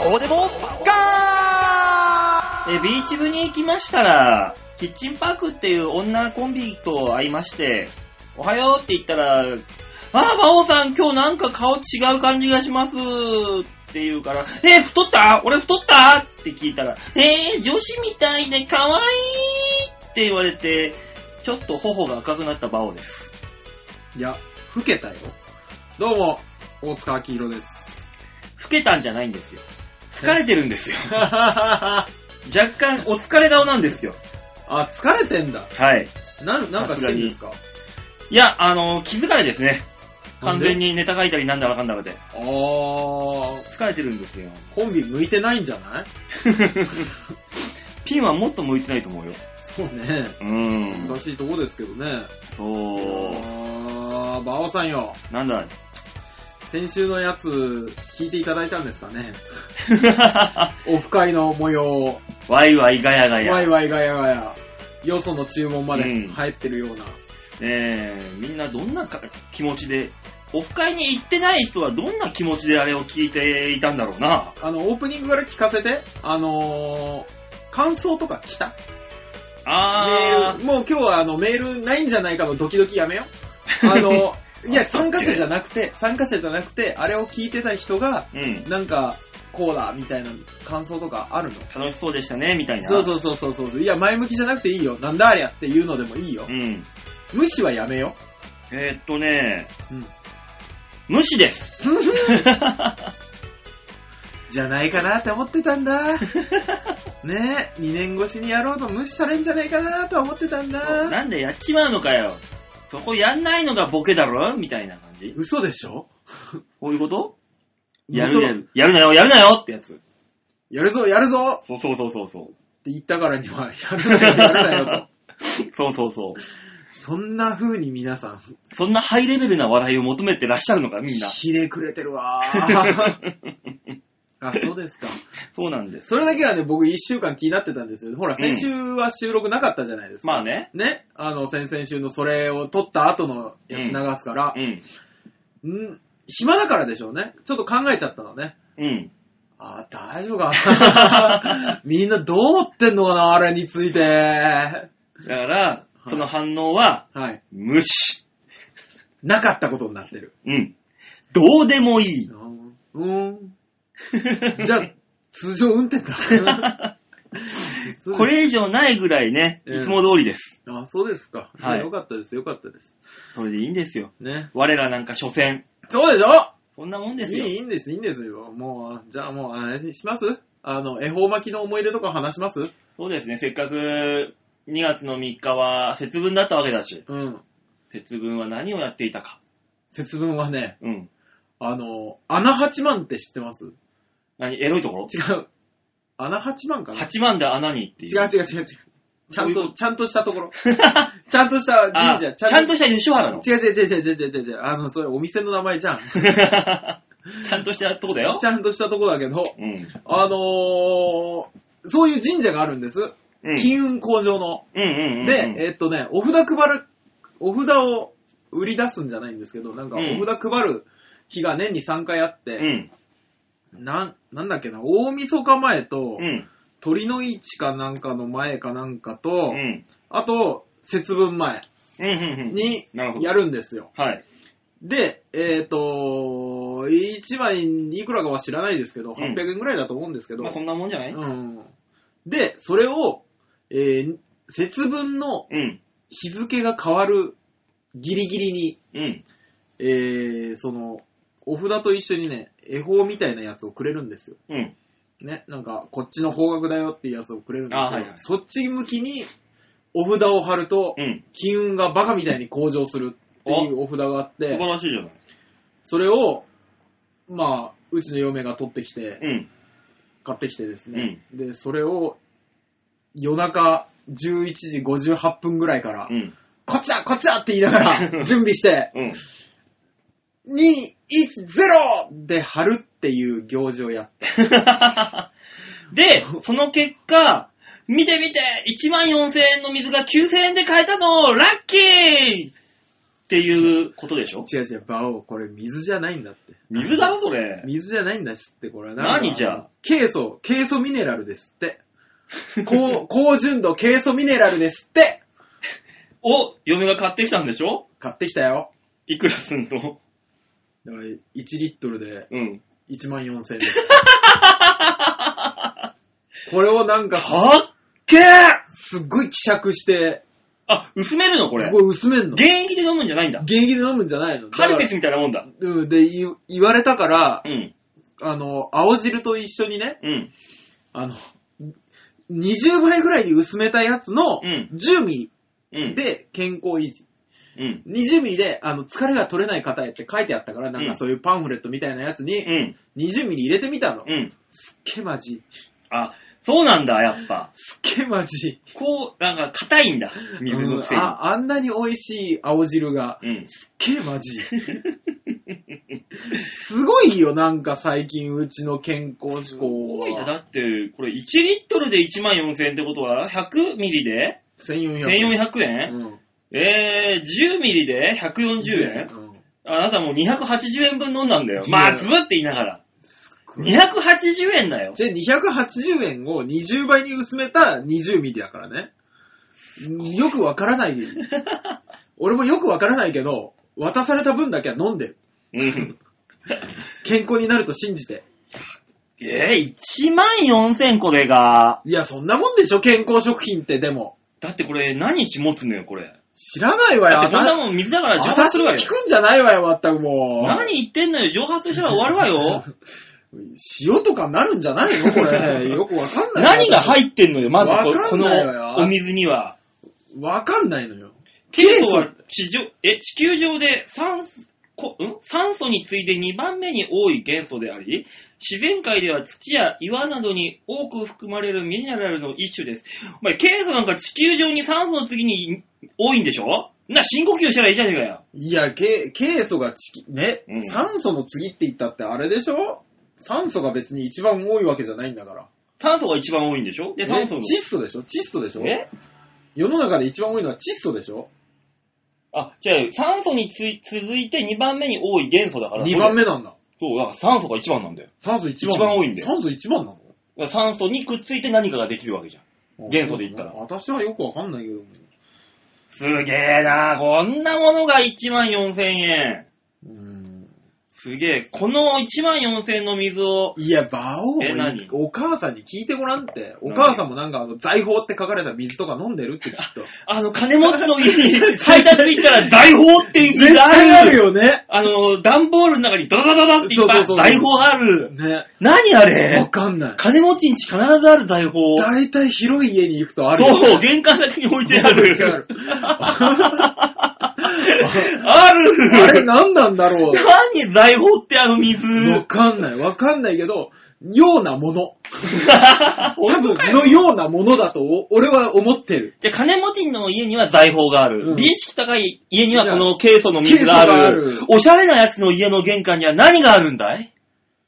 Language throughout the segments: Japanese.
こうでもガー。ビーチ部に行きましたら、キッチンパークっていう女コンビと会いまして、おはようって言ったら、馬王さん今日なんか顔違う感じがしますって言うから、太った俺太ったって聞いたら、女子みたいで可愛いって言われて、ちょっと頬が赤くなった馬王です。 いや、老けたよ。どうも、大塚明宏です。 老けたんじゃないんですよ。疲れてるんですよ。若干お疲れ顔なんですよ。 あ、疲れてんだ。 はい。 なんかしてるんですか？ いや、気疲れですね。完全にネタ書いたりなんだらかんだらで。疲れてるんですよ。 コンビ向いてないんじゃない？ ピンはもっと向いてないと思うよ。 そうね。難しいとこですけどね。 そう。 馬王さんよ。 なんだ？ 先週のやつ、聞いていただいたんですかね？オフ会の模様を。 ワイワイガヤガヤ。 ワイワイガヤガヤ。よその注文まで入ってるような。 みんなどんな気持ちで、オフ会に行ってない人はどんな気持ちであれを聞いていたんだろうな。 オープニングから聞かせて、感想とか来た？メール、もう今日はメールないんじゃないかのドキドキやめよ。いや、参加者じゃなくて、あれを聞いてた人が、なんか、こうだ、みたいな感想とかあるの？ 楽しそうでしたね、みたいな。 そう。いや、前向きじゃなくていいよ。なんだありゃっていうのでもいいよ。無視はやめよ。 無視です。 じゃないかなって思ってたんだ。ねえ、2年越しにやろうと無視されんじゃないかなと思ってたんだ。 なんでやっちまうのかよ。そこやんないのがボケだろみたいな感じ。 嘘でしょ？ こういうこと？やるなよってやつ。 やるぞそう。 って言ったからには、やるなよと。 そう。 そんな風に皆さん。 そんなハイレベルな笑いを求めてらっしゃるのか、みんな。 ひねくれてるわー。あ、そうですか。 そうなんです。 それだけはね、僕1週間気になってたんですよ。ほら、先週は収録なかったじゃないですか。 まあね。 ね。先々週のそれを撮った後のやつ流すから。暇だからでしょうね。ちょっと考えちゃったのね。大丈夫か。みんなどう思ってんのかな、あれについて。だから、その反応は、無視。 なかったことになってる。 どうでもいい。 じゃあ、通常運転だ。 これ以上ないぐらいね、いつも通りです。 あ、そうですか。よかったです。 それでいいんですよ。 ね。 我らなんか所詮。 そうでしょ？ そんなもんですよ。 いいんですよ。もう、じゃあもう、あれします？恵方巻きの思い出とか話します？ そうですね。せっかく2月の3日は節分だったわけだし。節分は何をやっていたか。 節分はね、穴八幡って知ってます？ 何？エロいところ？ 違う。穴八幡かな？ 八幡で穴にっていう。 違う。ちゃんとしたところ。ちゃんとした神社。 ちゃんとした吉原の？ 違う。それお店の名前じゃん。 ちゃんとしたとこだよ。 ちゃんとしたとこだけど、そういう神社があるんです。金運向上の。で、お札を売り出すんじゃないんですけど、なんかお札配る日が年に3回あって、なんだっけな、大晦日前と、鳥の市かなんかの前かなんかと、あと、節分前にやるんですよ。で、1枚いくらかは知らないですけど、800円ぐらいだと思うんですけど。 まあそんなもんじゃない？ で、それを、節分の日付が変わるギリギリに、お札と一緒にね、恵方みたいなやつをくれるんですよ。ね、なんか、こっちの方角だよっていうやつをくれるんですけど、そっち向きにお札を貼ると、金運がバカみたいに向上するっていうお札があって、 素晴らしいじゃない。 それを、まあ、うちの嫁が取ってきて、買ってきてですね、で、それを夜中11時58分ぐらいから、こっちだって言いながら準備して、210で貼るっていう行事をやった。 で、その結果、見て !14,000 円の水が9,000円で買えたのラッキーっていうことでしょ？ 違う、バオ、これ水じゃないんだって。 水だろ、それ。 水じゃないんですって、これは。 何じゃ？ ケイ素ミネラルですって。高純度ケイ素ミネラルですって。 嫁が買ってきたんでしょ？ 買ってきたよ。 いくらすんの？ だから1リットルで14,000円です。これをなんか、 かっけー！ すっごい希釈して、 薄めるのこれ。 すごい薄めんの。 現役で飲むんじゃないんだ。 現役で飲むんじゃないの。 カルピスみたいなもんだ。 で、言われたから、青汁と一緒にね、20倍ぐらいに薄めたやつの10ミリで健康維持。20ミリで疲れが取れない方へって書いてあったから、なんかそういうパンフレットみたいなやつに20ミリ入れてみたの。すっげえマジ。 そうなんだ、やっぱ。 すっげえマジ。 なんか硬いんだ、水のくせに。 あんなに美味しい青汁が、すっげえマジ。すごいよ、なんか最近うちの健康志向は。 だって、これ1リットルで14,000円ってことは、100ミリで1400円、10ミリで140円、あなたもう280円分飲んだんだよ。まずって言いながら。280円だよ。 じゃ280円を20倍に薄めた20ミリだからね。よくわからない。俺もよくわからないけど、渡された分だけは飲んでる。健康になると信じて。 14,000個でが。 いや、そんなもんでしょ、健康食品ってでも。 だってこれ何日持つのよ、これ。 知らないわよ。 だってこんなもん水だから蒸発するわよ。 私が聞くんじゃないわよ、まったくもう。 何言ってんのよ、蒸発したら終わるわよ。 塩とかになるんじゃないのこれ。よくわかんない。 何が入ってんのよ、まずこのお水には。 わかんないのよ。 ケイ素は地球上で酸素に次いで2番目に多い元素であり、自然界では土や岩などに多く含まれるミネラルの一種です。お前、ケイ素なんか地球上に酸素の次に多いんでしょ？深呼吸したらいいじゃねえかよ。 いや、ケイ素が酸素の次って言ったってあれでしょ？酸素が別に一番多いわけじゃないんだから。 酸素が一番多いんでしょ？で、酸素の。 窒素でしょ？世の中で一番多いのは窒素でしょ？ じゃあ、酸素に続いて2番目に多い元素だから。 2番目なんだ。 そう、だから酸素が1番なんだよ。 酸素1番。 一番多いんだよ。 酸素1番なの？酸素にくっついて何かができるわけじゃん。元素で言ったら。 私はよくわかんないけど。 すげえな、こんなものが14,000円。すげえ。この14,000円の水を。 いや、何？お母さんに聞いてごらんって。お母さんもなんか財宝って書かれた水とか飲んでるってきっと。 金持ちの家に配達行ったら財宝っていう水絶対あるよね。 段ボールの中にドドドドドっていっぱい財宝ある。ね。何あれ？ わかんない。 金持ちんち必ずある財宝。 だいたい広い家に行くとあるよね。 そう、玄関先に置いてある。ある。 あれ何なんだろう。 何財宝って水。 わかんないけど、ようなもの。多分のようなものだと俺は思ってる。 じゃあ金持ちの家には財宝がある。美意識高い家にはこのケイ素の水がある。おしゃれなやつの家の玄関には何があるんだい？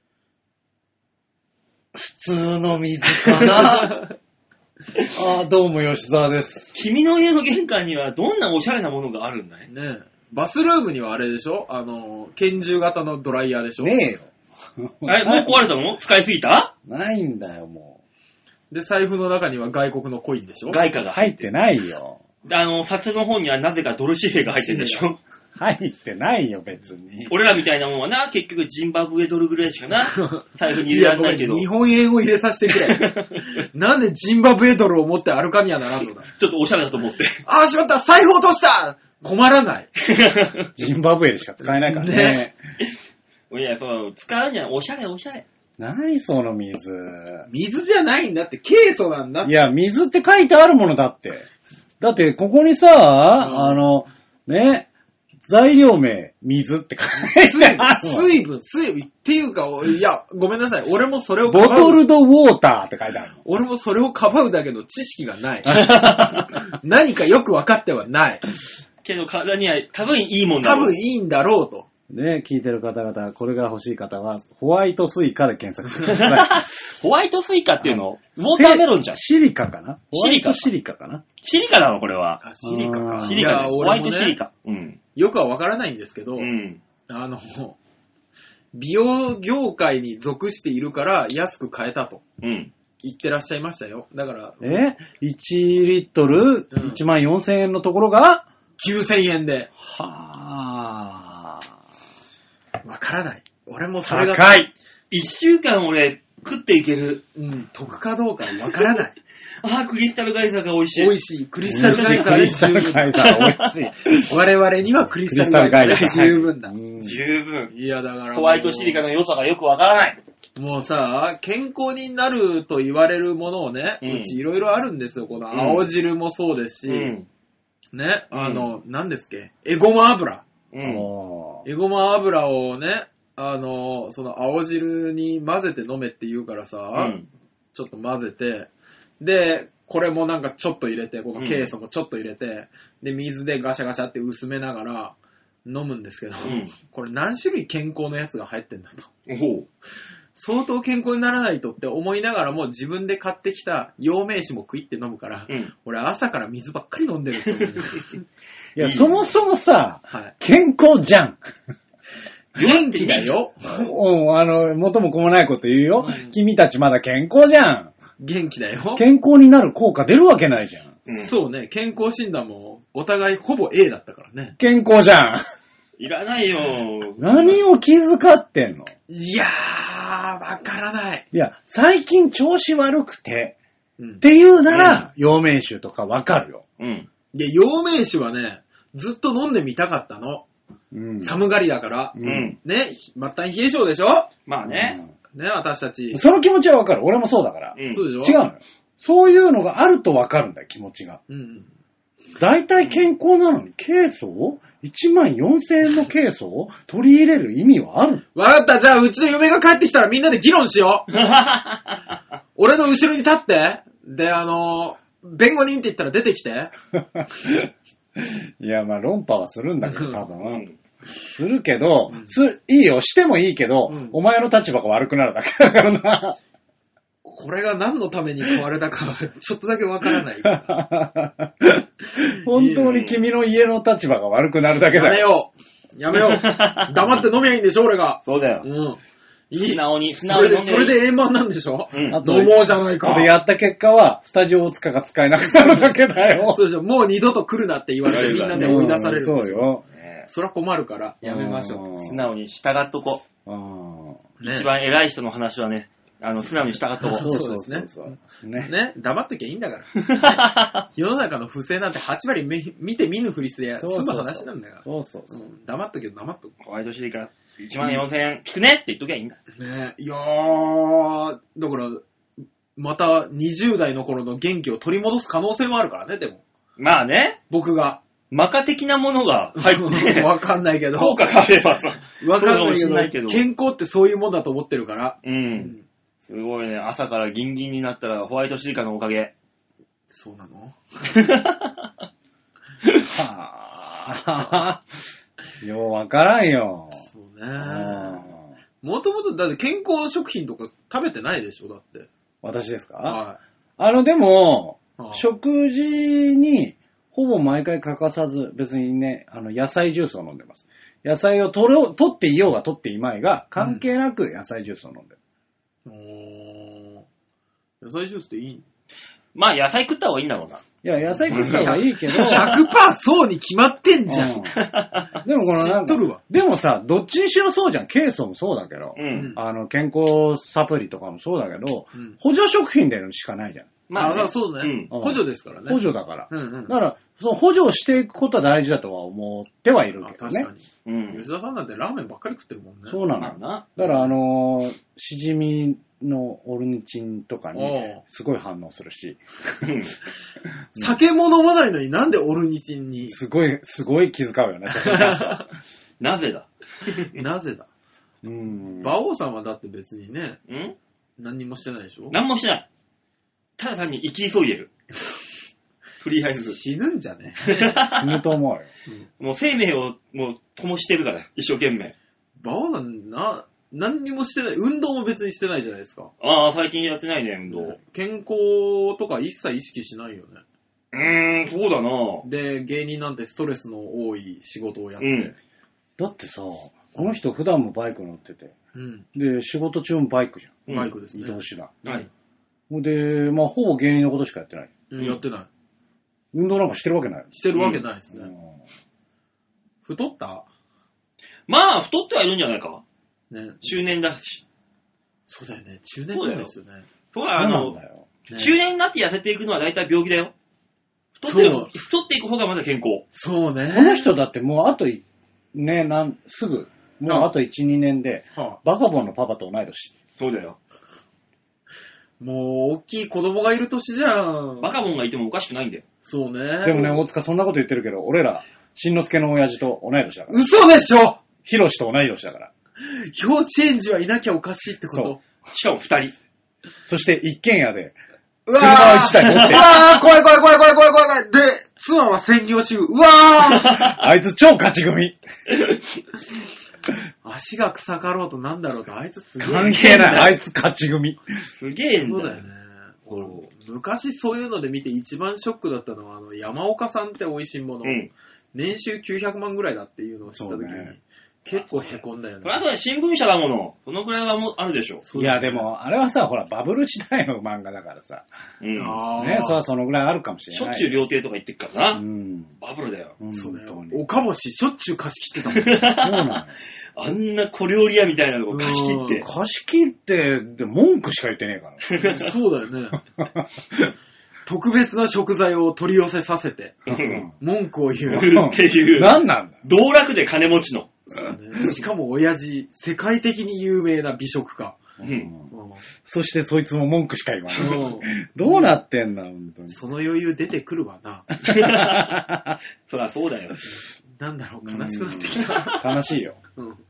普通の水かな。どうも吉沢です。 君の家の玄関にはどんなおしゃれなものがあるんだい？ ねえ。バスルームにはあれでしょ？拳銃型のドライヤーでしょ？ ねえよ。 もう壊れたの？使いすぎた？ ないんだよ、もう。で、財布の中には外国のコインでしょ？ 外貨が入ってないよ。 札の方にはなぜかドル紙幣が入ってるでしょ？ 入ってないよ、別に。 俺らみたいなもんはな、結局ジンバブエドルぐらいしかな、財布に入れられないけど。 日本円を入れさせてくれ。なんでジンバブエドルを持って歩かにはならんのだ。 ちょっとおしゃれだと思って。 しまった、財布落とした困らない。 ジンバブエでしか使えないからね。 いや、使うんじゃない。おしゃれ。 何その水。 水じゃないんだって、ケイ素なんだって。 いや、水って書いてあるものだって。だって、ここにさ、材料名、水って書いてある。 水分っていうか、いや、ごめんなさい。俺もそれをボトルドウォーターって書いてある。 俺もそれをかばうだけど知識がない。何かよく分かってはない。 けど体には多分いいもんだろう。 多分いいんだろうと。 ね、聞いてる方々、これが欲しい方は、ホワイトスイカで検索してください。 ホワイトスイカっていうのウォーターメロンじゃん。 シリカかな。ホワイトシリカかな。 シリカなのこれは。 シリカか。 シリカ、ホワイトシリカ。 いよくはわからないんですけど、美容業界に属しているから安く買えたと言ってらっしゃいましたよ。だから。 1リットル1万4000円のところが 9000円で。 はぁ。わからない。俺もそれが。 高い。 1週間俺食っていける。 得かどうかわからない。 クリスタルガイザーが美味しい。 美味しい。クリスタルガイザーで十分。美味しい。我々にはクリスタルガイザーで十分だ。 十分。 いや、だから。 ホワイトシリカの良さがよくわからない。 もうさ、健康になると言われるものをね、うちいろいろあるんですよ。この青汁もそうですし、ね、何ですっけ、エゴマ油。エゴマ油をね、その青汁に混ぜて飲めって言うからさ、ちょっと混ぜて、で、これもなんかちょっと入れて、このケイ素もちょっと入れて、で、水でガシャガシャって薄めながら飲むんですけど、これ何種類健康のやつが入ってんだと。相当健康にならないとって思いながらも自分で買ってきた陽明酒も食いって飲むから、俺朝から水ばっかり飲んでるんですよ。 いや、そもそもさ、健康じゃん。 元気だよ。 元も子もないこと言うよ。君たちまだ健康じゃん。 元気だよ。 健康になる効果出るわけないじゃん。 そうね、健康診断もお互いほぼ A だったからね。 健康じゃん。 いらないよ。 何を気遣ってんの？ いやー、わからない。 いや、最近調子悪くて、っていうなら、陽明酒とかわかるよ。 で、陽明酒はね、ずっと飲んでみたかったの。寒がりだから。ね、末端冷え性でしょ？ まあね。 ね、私たち。 その気持ちはわかる。俺もそうだから。 そうでしょ？ 違うのよ。そういうのがあるとわかるんだよ、気持ちが。大体健康なのに、ケイ素1万4000円のケイ素を取り入れる意味はある？ わかった。じゃあ、うちの嫁が帰ってきたらみんなで議論しよう。俺の後ろに立って。で、弁護人って言ったら出てきて。 いや、まあ論破はするんだけど、多分。するけど、いいよ、してもいいけど、お前の立場が悪くなるだけだからな。 これが何のために買われたかはちょっとだけわからない。 本当に君の家の立場が悪くなるだけだよ。やめよう。黙って飲みゃいいんでしょ、俺が。 そうだよ。素直に飲んで。 それで円満なんでしょ？飲もうじゃないか。 で、やった結果は、スタジオ大塚が使えなくなるだけだよ。 そうでしょ。もう二度と来るなって言われてみんなで追い出される。 そうよ。 それは困るから、やめましょう。 素直に従っとこう。一番偉い人の話はね、素直に従っとこう。 そうですね。ね、黙っときゃいいんだから。世の中の不正なんて8割見て見ぬふりすりゃ済む話なんだから。 そう。 黙っとけど黙っとく。 ホワイトシリカ1万4000円聞くねって言っときゃいいんだ。 ね、いやー、だから、また20代の頃の元気を取り戻す可能性もあるからね、でも。 まあね。 僕が。 マカ的なものが入って。 わかんないけど。 効果があればさ。 わかんないけど。健康ってそういうもんだと思ってるから。 すごいね。朝からギンギンになったらホワイトシリカのおかげ。 そうなの？ はぁ。ようわからんよ。 そうね。もともと、だって健康食品とか食べてないでしょ、だって。 私ですか？ はい。 でも、食事にほぼ毎回欠かさず、別にね、野菜ジュースを飲んでます。野菜を取っていようが取っていまいが、関係なく野菜ジュースを飲んでる。 野菜ジュースっていい？ まあ野菜食った方がいいんだろうな。 いや、野菜食った方がいいけど。 100% そうに決まってんじゃん。 でも知っとるわ。でもさ、どっちにしろそうじゃん。ケイ素もそうだけど。健康サプリとかもそうだけど、補助食品でのしかないじゃん。 まあ、そうね。補助ですからね。 補助だから。だから、その補助をしていくことは大事だとは思ってはいるけどね。 確かに。吉田さんなんてラーメンばっかり食ってるもんね。 そうなの。だからしじみのオルニチンとかにすごい反応するし。 酒も飲まないのになんでオルニチンに。 すごい気遣うよね。 なぜだなぜだ馬王さんはだって別にね、何にもしてないでしょ？ 何もしてない。ただ単に生き急いでる。とりあえず。 死ぬんじゃね？ 死ぬと思うよ。 もう生命をもう灯してるから、一生懸命。 馬王さん何にもしてない。運動も別にしてないじゃないですか。 ああ、最近やってないね、運動。 健康とか一切意識しないよね。 そうだな。 で、芸人なんてストレスの多い仕事をやって。 うん。 だってさ、この人普段もバイク乗ってて、 うん。 で、仕事中もバイクじゃん。 バイクですね。 移動手段。 はい。 で、まあ、ほぼ芸人のことしかやってない。 やってない。 運動なんかしてるわけない。 してるわけないですね。太った？ まあ、太ってはいるんじゃないか。 ね。 中年だし。 そうだよね。中年なんですよね。 そうなんだよ。 中年になって痩せていくのは大体病気だよ。太っていく方がまだ健康。 そうね。 この人だってもうあと、ね、すぐ、もうあと1、2年で、バカボンのパパと同い年。 そうだよ。 もう、大きい子供がいる年じゃん。 バカボンがいてもおかしくないんだよ。 そうね。 でもね、大塚そんなこと言ってるけど、俺ら、しんのすけの親父と同い年だから。 嘘でしょ！ ヒロシと同い年だから。 幼稚園児はいなきゃおかしいってこと？ しかも2人。 そして一軒家で、 うわ車を1台持って。 うわー怖い。で、妻は専業主婦。うわーあいつ超勝ち組。 足が臭かろうとなんだろうと、あいつすげえ。 関係ない。あいつ勝ち組。 すげえんだ。 そうだよね。昔そういうので見て一番ショックだったのは、山岡さんって美味しんぼの、年収900万ぐらいだっていうのを知った時に、結構へこんだよね。 そりゃそうだ、新聞社だもの。そのくらいはもうあるでしょ。 いや、でも、あれはさ、ほら、バブル時代の漫画だからさ。ね、そのぐらいあるかもしれない。 しょっちゅう料亭とか行ってっからな。バブルだよ。 そうだよ。おかぼししょっちゅう貸し切ってたもん。 そうなの。 あんな小料理屋みたいなのを貸し切って。 貸し切って、で文句しか言ってねえから。 そうだよね。特別な食材を取り寄せさせて、文句を言う。 っていう。 何なんだ？ 道楽で金持ちの。 しかも親父、世界的に有名な美食家。 そしてそいつも文句しか言わない。どうなってんだ、本当に。 その余裕出てくるわな。 そりゃそうだよ。 なんだろう、悲しくなってきた。 悲しいよ。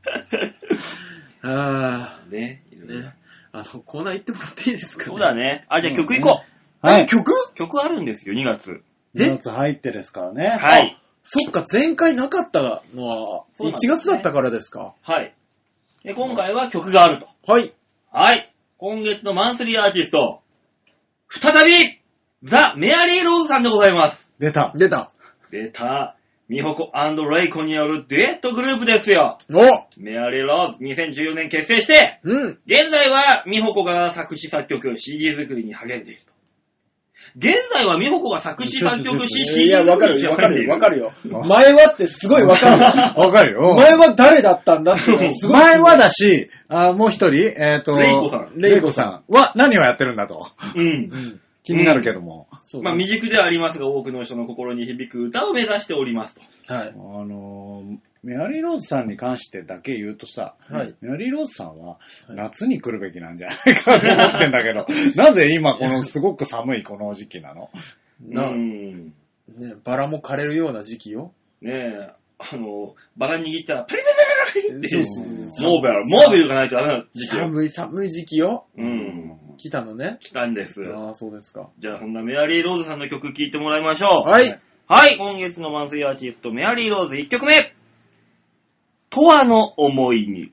ね。 コーナー行ってもらっていいですかね。 そうだね。じゃあ曲行こう。はい。曲あるんですよ、2月。 2月入ってですからね。 はい。 そっか、前回なかったのは、1月だったからですか。 はい。で、今回は曲があると。 はい。 はい。今月のマンスリーアーティスト、再び、ザ・メアリー・ローズさんでございます。 出た。 ミホコ&レイコによるデュエットグループですよ。メアリー・ローズ、2014年結成して、現在はミホコが作詞作曲、CD 作りに励んでいると。現在はミホコが作詞作曲し、CD 作りに励んでいる。 わかるよ。前はってすごいわかる。 わかるよ。 前は誰だったんだって。 前はだし、もう一人、レイコさんは何をやってるんだと。気になるけども。 まあ未熟ではありますが、多くの人の心に響く歌を目指しておりますと。 はい。 メアリー・ローズさんに関してだけ言うとさ、メアリー・ローズさんは夏に来るべきなんじゃないかと思ってんだけど、なぜ今このすごく寒いこの時期なの？ ね、バラも枯れるような時期よ。 ねえ、バラ握ったらパリパリパリパリってモーベルがないとダメな時期。 寒い時期よ。来たのね。 来たんです。 ああ、そうですか。 じゃあそんなメアリー・ローズさんの曲聴いてもらいましょう。 はい。 はい、今月のマンスリーアーティスト、メアリー・ローズ1曲目。とわの思いに。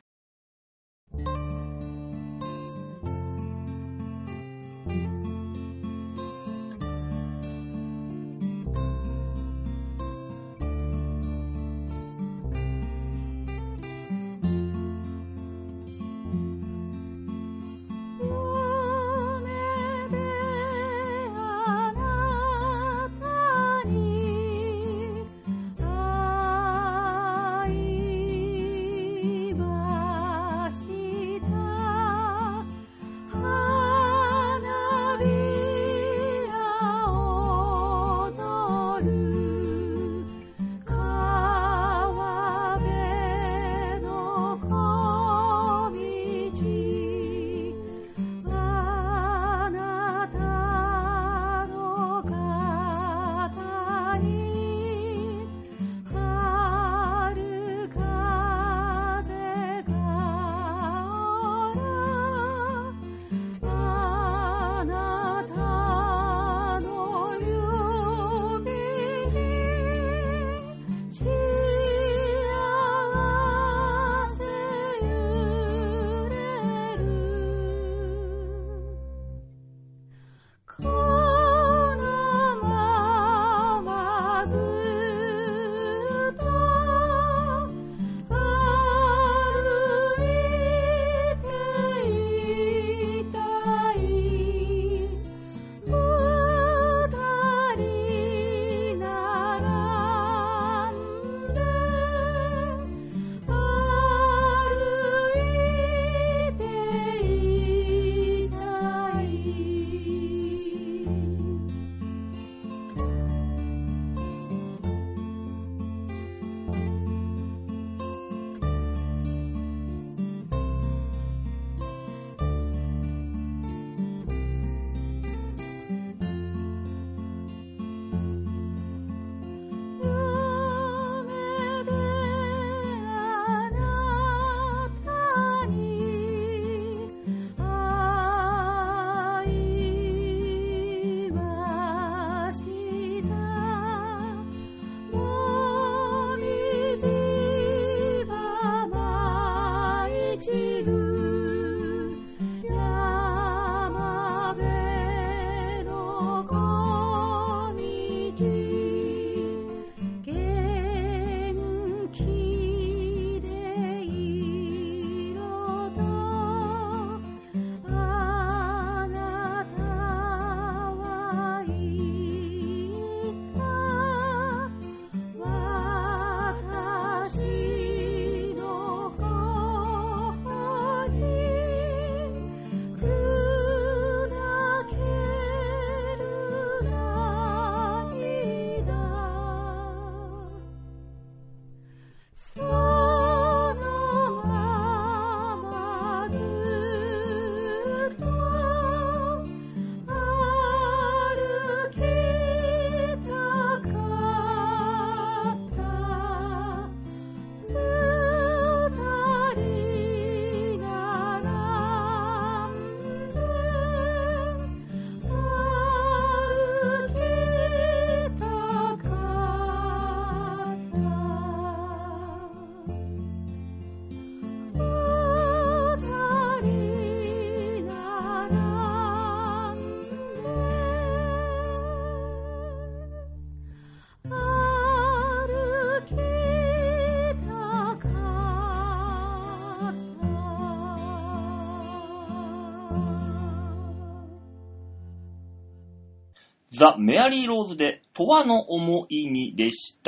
ザ・メアリー・ローズで、とわの思いにでした。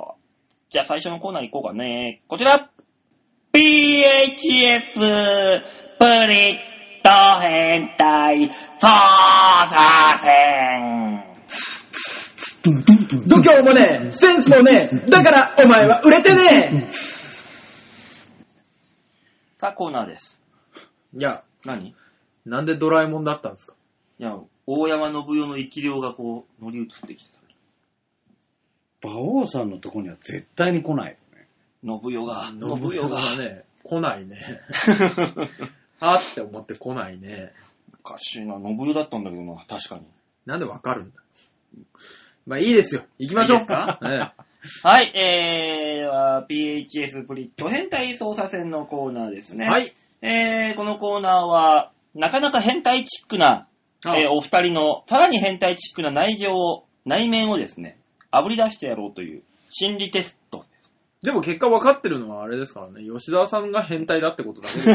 じゃあ最初のコーナー行こうかね。こちら PHS プリット変態操作戦。 度胸もねえ、センスもねえ、だからお前は売れてねえ。 さあコーナーです。 いや、 何？ なんでドラえもんだったんですか？ いや、大山信代の生き量がこう乗り移ってきてた。 馬王さんのとこには絶対に来ないよね。 信代がね、来ないね。はって思って来ないね。 おかしいな、信代だったんだけどな、確かに。 なんでわかるんだ。まあいいですよ。行きましょう。いいですか？ はい、PHS プリット変態操作戦のコーナーですね。 はい。 このコーナーは、なかなか変態チックな、お二人のさらに変態チックな内面をですね、炙り出してやろうという心理テストです。 でも結果分かってるのはあれですからね、吉沢さんが変態だってことだけです。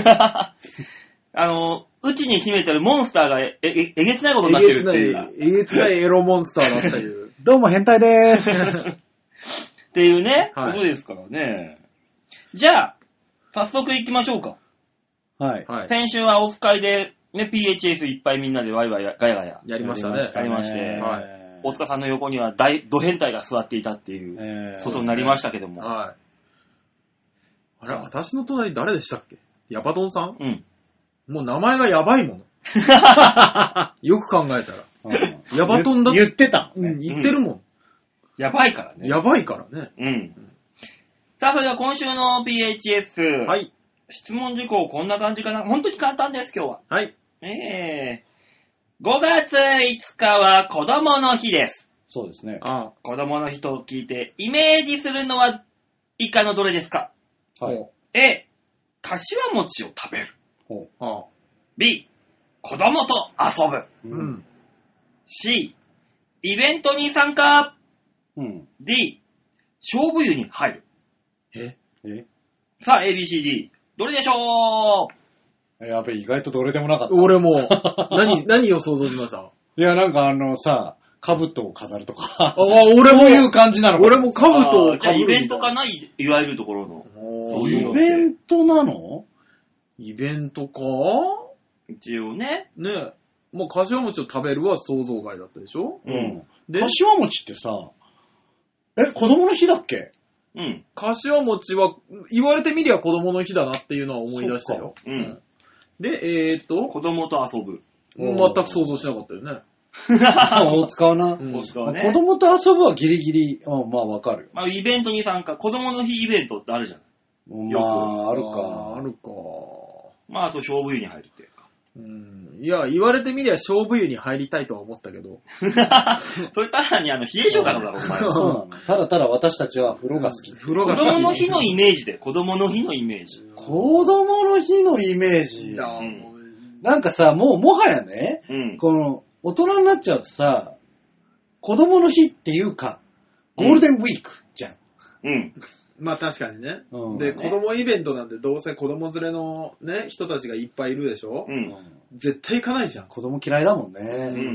うちに秘めてるモンスターがえげつないことになってるっていう。 えげつないエロモンスターだったいう。 どうも変態でーす。 っていうね、 はい、 ことですからね。じゃあ、早速行きましょうか。 はい。 先週はオフ会で、ね、PHS いっぱいみんなでワイワイガヤガヤ。 やりましたね。 やりまして、 はい、 大塚さんの横にはド変態が座っていたっていうことになりましたけども。 はい。あれ、私の隣誰でしたっけ？ヤバトンさん？ うん。 もう名前がやばいもの。よく考えたら。ヤバトンだって。 言ってた、 ね。言ってるもん。 やばいからね。 やばいからね。 うん。さあ、それでは今週の PHS。 はい。 質問事項こんな感じかな。本当に簡単です、今日は。 はい。 5月5日は子供の日です。 そうですね。 子供の日と聞いて、イメージするのは以下のどれですか？ はい。 A、柏餅を食べる。 ほう。 B、子供と遊ぶ。 うん。 C、イベントに参加。 うん。 D、勝負湯に入る。さあ、ABCD。どれでしょう？やべ、意外とどれでもなかった。 俺も、何を想像しました？ いや、なんかさ、兜を飾るとか。 俺もそういう感じなの。 俺も兜をじゃあイベントかな、いわゆるところの。 そういうの。イベントなの？ イベントか？ 一応ね。 ねえ。もう柏餅を食べるは想像外だったでしょ？ うん。 で、柏餅ってさ、子供の日だっけ？ うん。 柏餅は、言われてみりゃ子供の日だなっていうのは思い出したよ。 うん。 で、 子供と遊ぶ。 全く想像しなかったよね。 大塚はな。 大塚はね。 子供と遊ぶはギリギリ、まあわかるよ。 まあイベントに参加、子供の日イベントってあるじゃない。 まあ、あるか。 まあ、あと勝負湯に入るっていうか。 いや、言われてみりゃ勝負湯に入りたいとは思ったけど。 それただに冷え性からだろ、お前は。 そうなの。ただただ私たちは風呂が好き。 子供の日のイメージで、子供の日のイメージ。 子供の日のイメージ。なんかさ、もはやね、この、大人になっちゃうとさ、子供の日っていうか、ゴールデンウィークじゃん。 うん。 まあ確かにね。で、子供イベントなんてどうせ子供連れのね、人たちがいっぱいいるでしょ？うん。絶対行かないじゃん。 子供嫌いだもんね。 うん。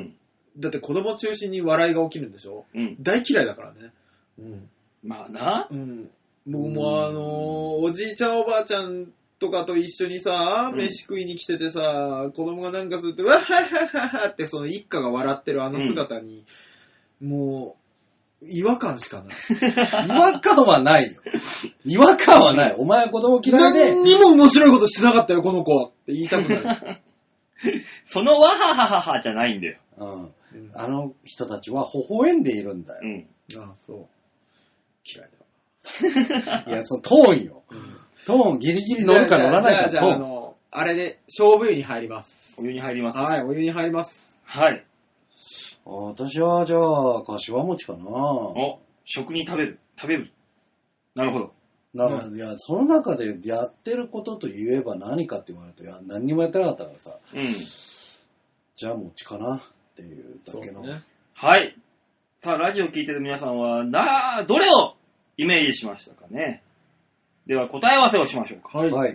だって子供中心に笑いが起きるんでしょ？ うん。 大嫌いだからね。 うん。まあな。 うん。僕もおじいちゃんおばあちゃんとかと一緒にさ、飯食いに来ててさ、子供がなんかすると、わははははってその一家が笑ってるあの姿に、もう、違和感しかない。 違和感はないよ。違和感はない。お前は子供嫌いで。 何にも面白いことしてなかったよ、この子って言いたくなる。 そのわははははじゃないんだよ。 うん。あの人たちは微笑んでいるんだよ。 うん。 ああ、そう。嫌いだ。いや、そのトーンよ。トーンギリギリ乗るか乗らないか。 じゃあ、あれで勝負湯に入ります。 お湯に入ります。 はい、お湯に入ります。 はい。 私はじゃあ、柏餅かな。 食に食べる。なるほど。 いや、その中でやってることと言えば何かって言われると、いや、何にもやってなかったからさ。 うん。 じゃあ餅かなっていうだけの。 ね、はい。さあ、ラジオ聞いてる皆さんは、どれをイメージしましたかね。では、答え合わせをしましょうか。 はい。はい。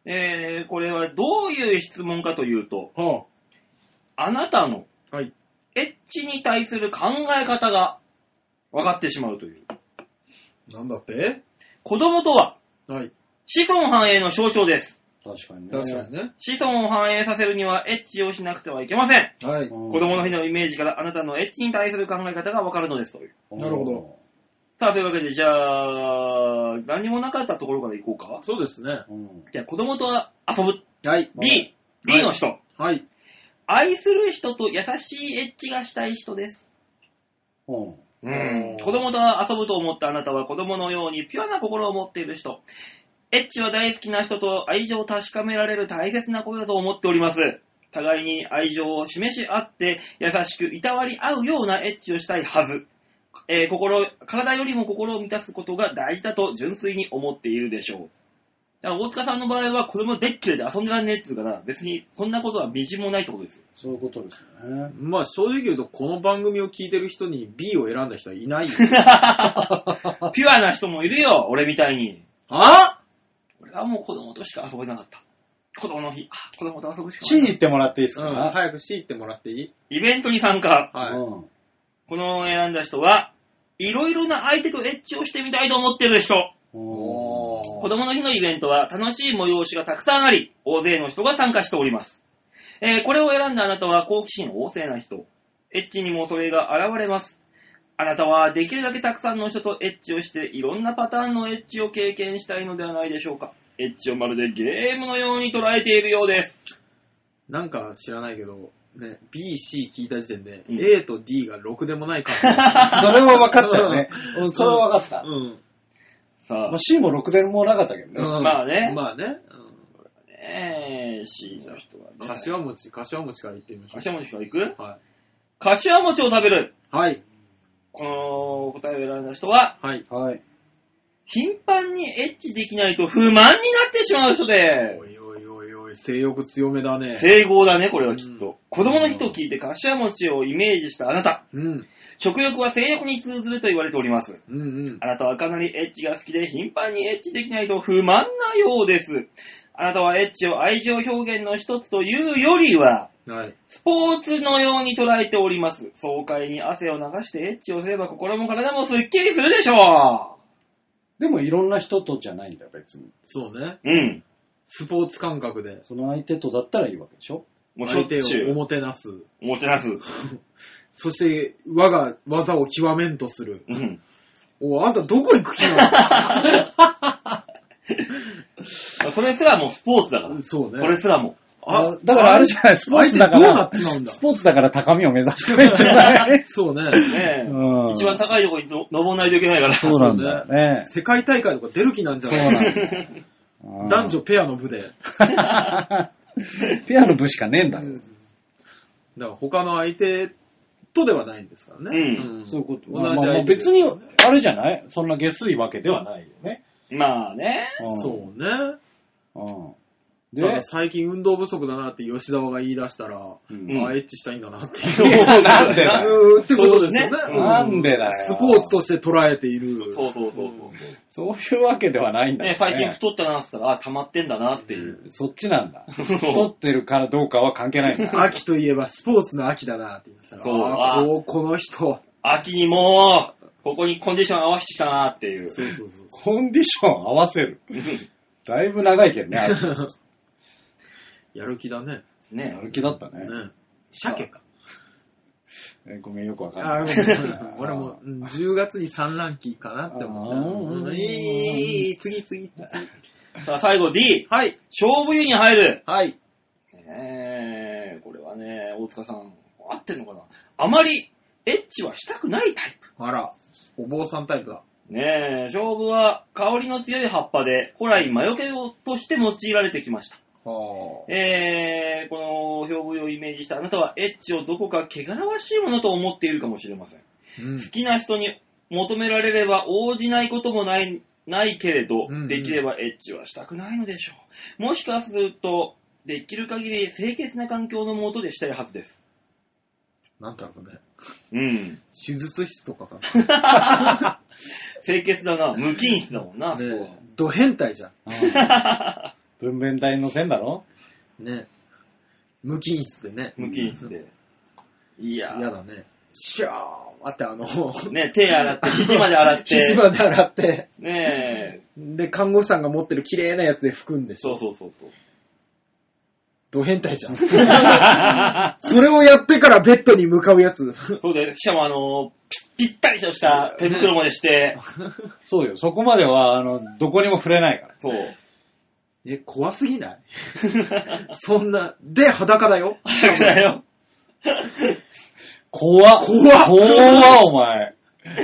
これはどういう質問かというと、あなたの、 エッチに対する考え方が分かってしまうという。 なんだって？ 子供とは、 はい。 子孫繁栄の象徴です。 確かにね。 確かにね。 子孫を繁栄させるにはエッチをしなくてはいけません。 はい。 子供の日のイメージからあなたのエッチに対する考え方が分かるのですという。 なるほど。 さあ、というわけで、じゃあ、何もなかったところからいこうか。 そうですね。 じゃあ、子供と遊ぶ。 はい。 B の人。 はい。 愛する人と優しいエッチがしたい人です。子供と遊ぶと思ったあなたは子供のようにピュアな心を持っている人。エッチは大好きな人と愛情を確かめられる大切なことだと思っております。互いに愛情を示し合って優しくいたわり合うようなエッチをしたいはず。体よりも心を満たすことが大事だと純粋に思っているでしょう。だから大塚さんの場合は子供でっきれで遊んでらんねえって言うから別にそんなことはみじもないってことですよ。 そういうことですね。 まあ正直言うとこの番組を聞いてる人に B を選んだ人はいないよ。 ピュアな人もいるよ、俺みたいに。 あ？ 俺はもう子供としか遊べなかった。子供の日、子供と遊ぶしかない。 C 行ってもらっていいですか？ 早く C 行ってもらっていい？ イベントに参加。 はい。 この選んだ人は、いろいろな相手とエッチをしてみたいと思ってる人。子供の日のイベントは楽しい催しがたくさんあり、大勢の人が参加しております。これを選んだあなたは好奇心旺盛な人。エッチにもそれが現れます。あなたはできるだけたくさんの人とエッチをしていろんなパターンのエッチを経験したいのではないでしょうか。エッチをまるでゲームのように捉えているようです。 なんか知らないけど、ね、B、C 聞いた時点で、A と D がろくでもない感じ。 それは分かったよね。それは分かった。 さあ。 まあ、C もろくでもなかったけどね。 まあね。 まあね。 C の人はね。 柏餅から言ってみましょう。 柏餅から行く？ はい。 柏餅を食べる。 はい。 この答えを選んだ人は、 はい。 はい。 頻繁にエッチできないと不満になってしまう人で。 おい、性欲強めだね。 性合だね、これはきっと。子供の日と聞いて柏餅をイメージしたあなた。食欲は性欲に通ずると言われております。あなたはかなりエッチが好きで頻繁にエッチできないと不満なようです。あなたはエッチを愛情表現の一つというよりは、スポーツのように捉えております。爽快に汗を流してエッチをすれば心も体もスッキリするでしょう。でもいろんな人とじゃないんだよ、別に。 そうね。スポーツ感覚で。 その相手とだったらいいわけでしょ？ もう相手をおもてなす。 そして我が技を極めんとする。あんたどこ行く気なの？それすらもスポーツだから。 そうね。 それすらも。 だからあれじゃない、スポーツだから。 どうなっちまうんだ。 スポーツだから高みを目指してないんじゃない？ そうね。 一番高いところに登らないといけないから。 そうなんだよね。 世界大会とか出る気なんじゃない？そうなんだ。男女ペアの部で。 ペアの部しかねえんだ。 だから他の相手とではないんですからね。 そういうこと。同じ相手。別に、あれじゃない？そんな下水わけではないよね。 まあね。 そうね。で、最近運動不足だなって吉沢が言い出したら、エッチしたいんだなっていう。 なんでだよ。 ってことですよね。 なんでだよ。 スポーツとして捉えている。 そう。 そういうわけではないんだよね。 最近太ったなって言ったら、溜まってんだなっていう。 そっちなんだ。太ってるからどうかは関係ないんだ。 秋といえばスポーツの秋だなって言いましたら、この人。 秋にもここにコンディション合わせてきたなっていう。 そう。 コンディション合わせる。だいぶ長いけどね、 やる気だね。 やる気だったね。 鮭か。 ごめん、よくわかんない。 俺も10月に産卵期かなって思った。次。 さあ、最後 D。 はい。 勝負湯に入る。 はい。 これはね、大塚さん、合ってんのかな？あまりエッチはしたくないタイプ。 あら、お坊さんタイプだ。 勝負は香りの強い葉っぱで、古来魔除けとして用いられてきました。この勝負をイメージしたあなたはエッチをどこか汚らわしいものと思っているかもしれません。好きな人に求められれば応じないこともないけれど、できればエッチはしたくないのでしょう。もしかすると、できる限り清潔な環境の下でしたいはずです。 なんだろうね。手術室とかかな。清潔だな。無菌室だもんな。 ド変態じゃん。 分娩台の線だろ？ ね。無菌室でね。 無菌室で。 いや嫌だね。シャーってね、手洗って、肘まで洗って。 肘まで洗って。 ねえ。 で、看護師さんが持ってる綺麗なやつで拭くんでしょ。 そう。 ド変態じゃん。それをやってからベッドに向かうやつ。 そうで、しかもぴったりとした手袋までして。 そうよ、そこまでは、どこにも触れないから。 そう。 怖すぎないそんな、で、裸だよ。 裸だよ。 怖っ、お前。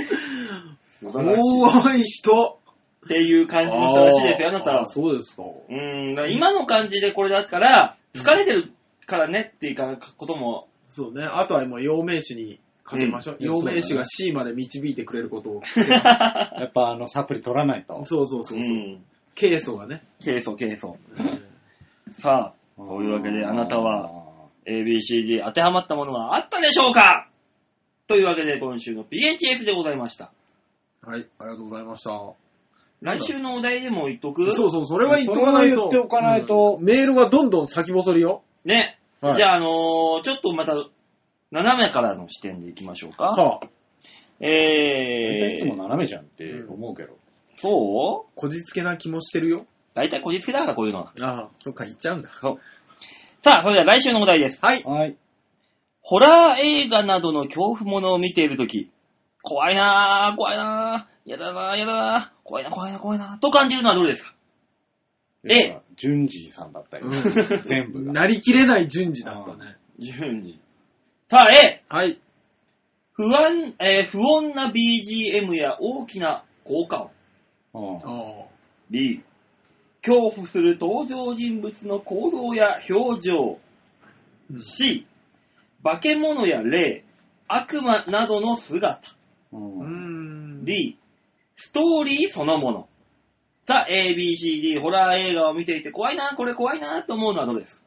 怖い人。 っていう感じの人らしいですよ、あなたは。 そうですか。 今の感じでこれだから、疲れてるからねっていうことも。 そうね。あとはもう陽明酒にかけましょう。陽明酒が C まで導いてくれることを。 やっぱサプリ取らないと。 そう。ケイ素がね。 ケイ素。さあ、そういうわけであなたは ABCD 当てはまったものがあったでしょうか？というわけで今週の PHS でございました。 はい、ありがとうございました。 来週のお題でも言っとく？ そう、それは言っとかないと。 言っておかないと、 メールがどんどん先細りよ。 ね。はい、じゃあ、ちょっとまた、斜めからの視点でいきましょうか。 はあ。いつも斜めじゃんって思うけど。 そう？ こじつけな気もしてるよ。 だいたいこじつけだからこういうのは。 ああ、そっか、言っちゃうんだ。 そう。さあ、それでは来週のお題です。 はい。 ホラー映画などの恐怖ものを見ているとき、怖いなぁ、やだなぁ、怖いなぁ、と感じるのはどれですか？A。 順次さんだったよ、全部が。 なりきれない順次だったね。 順次。さあ、A。 はい。 不穏な BGM や大きな効果音。B。恐怖する登場人物の行動や表情。C。化け物や霊、悪魔などの姿。D、ストーリーそのもの。さあ、A、B、C、D、ホラー映画を見ていて怖いな、これ怖いなと思うのはどれですか？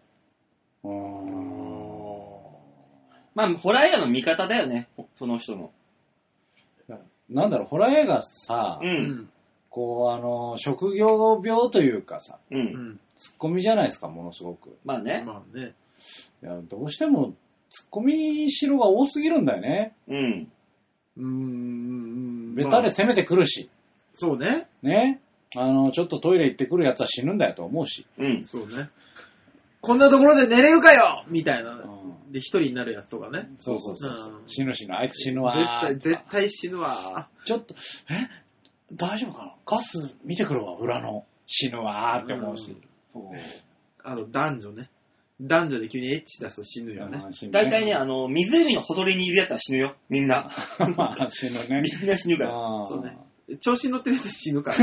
まあ、ホラー映画の見方だよね、その人の。 なんだろう、ホラー映画さ、こう、職業病というかさ、ツッコミじゃないですか、ものすごく。 まあね。 いや、どうしても、ツッコミしろが多すぎるんだよね。ベタで攻めてくるし。 そうね。 ね。ちょっとトイレ行ってくるやつは死ぬんだよと思うし。 そうね。こんなところで寝れるかよみたいな。で、一人になるやつとかね。 そう。死ぬ。あいつ死ぬわ。 絶対死ぬわ。 ちょっと、大丈夫かな？ガス見てくるわ、裏の。死ぬわーって思うし。 男女ね。男女で急にエッチ出すと死ぬよね。 大体ね、湖のほとりにいるやつは死ぬよ。みんな。 死ぬね。 みんな死ぬから。 そうね。調子に乗ってるやつは死ぬから、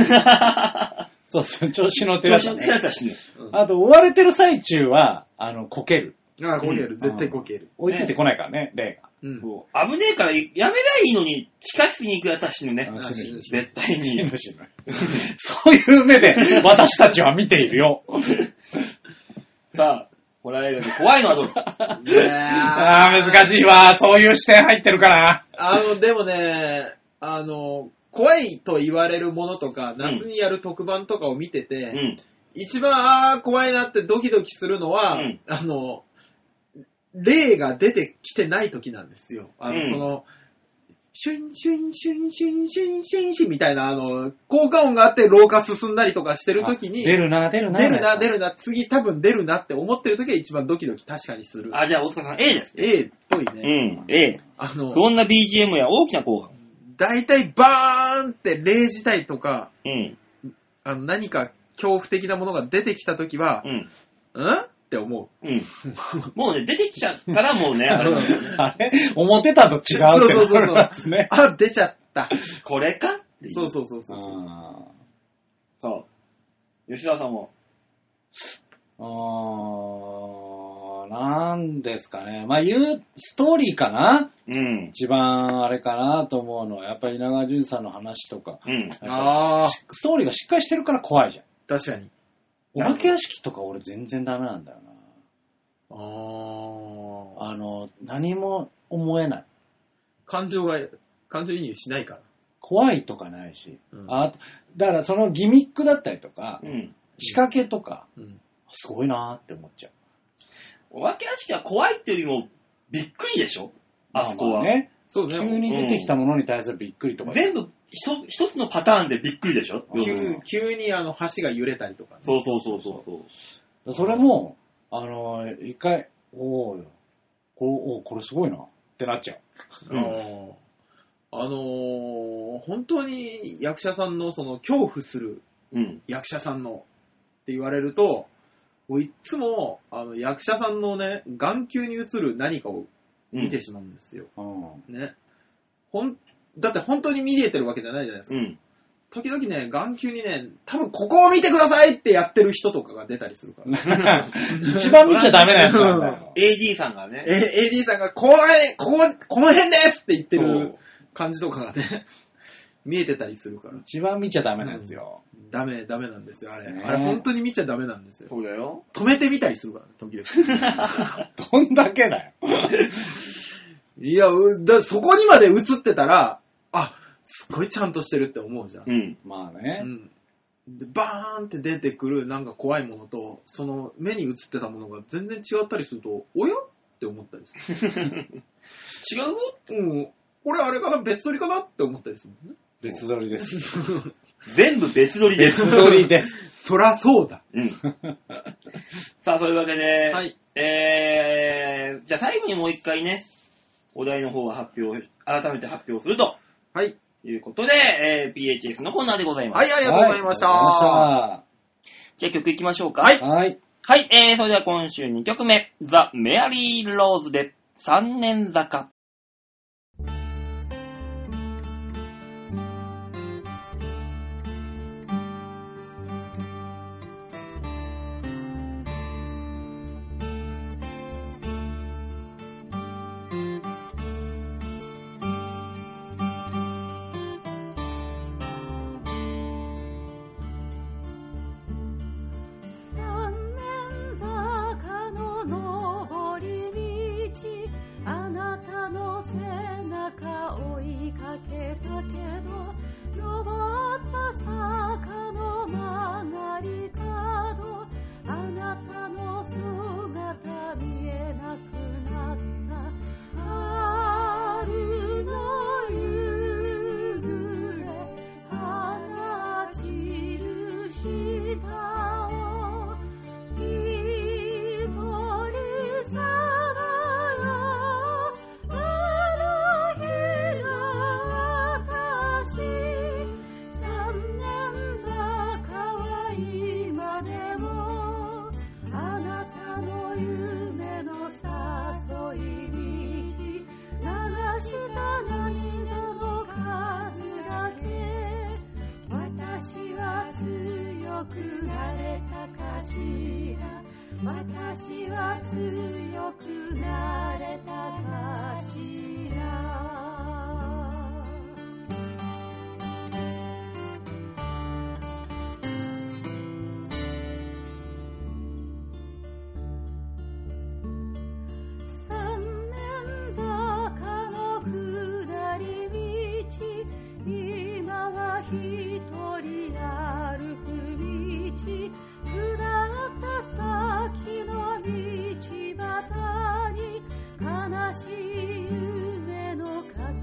ね。 そう、調子に乗ってるやつは死ぬ。 あと、追われてる最中は、こける。 こける。絶対こける。 追いついてこないからね、霊が。 危ねえからやめりゃいいのに、地下室に行くやつは死ぬね。絶対に。 死ぬ。そういう目で私たちは見ているよ。 さあ、ホラー映画で怖いのはどれ？ 難しいわ。そういう視点入ってるから。 でもね、怖いと言われるものとか、夏にやる特番とかを見てて、一番怖いなってドキドキするのは、霊が出てきてない時なんですよ。シュンシュンシュンシュンシュンシュンシュンみたいな、効果音があって廊下進んだりとかしてる時に、 出るな、 次多分出るなって思ってる時は一番ドキドキ確かにする。 じゃあ大塚さん A です。 A っぽいね。 A。どんな BGM や大きな効果音。 だいたいバーンって霊自体とか、何か恐怖的なものが出てきた時は、って思う。 もうね、出てきちゃったらもうね、 あれ思ってたと違うってなるね。 出ちゃった。 これかそう。 そう。吉田さんも。 なんですかね。まあ、ストーリーかな？一番あれかなと思うのは、やっぱり稲川淳さんの話とか。ストーリーがしっかりしてるから怖いじゃん。 確かに。 お化け屋敷とか俺全然ダメなんだよな。何も思えない。 感情移入しないから。 怖いとかないし。だからそのギミックだったりとか、仕掛けとか、すごいなーって思っちゃう。 お化け屋敷は怖いっていうよりもびっくりでしょ？ あそこは。 ね。そうね。急に出てきたものに対するびっくりとか。 全部一つのパターンでびっくりでしょ。 急に橋が揺れたりとか、ね。 そう。 それも、一回、これすごいなってなっちゃう。 本当に役者さんのその恐怖する役者さんのって言われると、いつも役者さんのね、眼球に映る何かを見てしまうんですよ。ね。だって本当に見えてるわけじゃないじゃないですか。時々ね、眼球にね、多分ここを見てくださいってやってる人とかが出たりするから。 一番見ちゃダメなやつなんだよ。 AD さんがね。 AD さんがこの辺ですって言ってる感じとかがね、見えてたりするから。 一番見ちゃダメなんですよ。 ダメなんですよ、あれ。あれ本当に見ちゃダメなんですよ。 そうだよ。 止めてみたりするからね、時々。 どんだけだよ。 いや、そこにまで映ってたら、すっごいちゃんとしてるって思うじゃん。 まあね。 で、バーンって出てくるなんか怖いものと、その目に映ってたものが全然違ったりすると、おやって思ったりする。違う？これあれかな、別撮りかなって思ったりするもんね。 別撮りです。 全部別撮りです。 別撮りです。 そらそうだ。 さあ、そういうわけで、 はい。 じゃあ最後にもう一回ね、お題の方は改めて発表すると。 はい。 いうことで、PHS のコーナーでございます。 はい、ありがとうございました。 じゃあ曲いきましょうか。 はい。 はい、それでは今週2曲目、ザ・メアリー・ローズで三年坂。 私は強くなれたかしら。三年坂の下り道、今は一人歩く道、下った先の道端に悲しい夢の数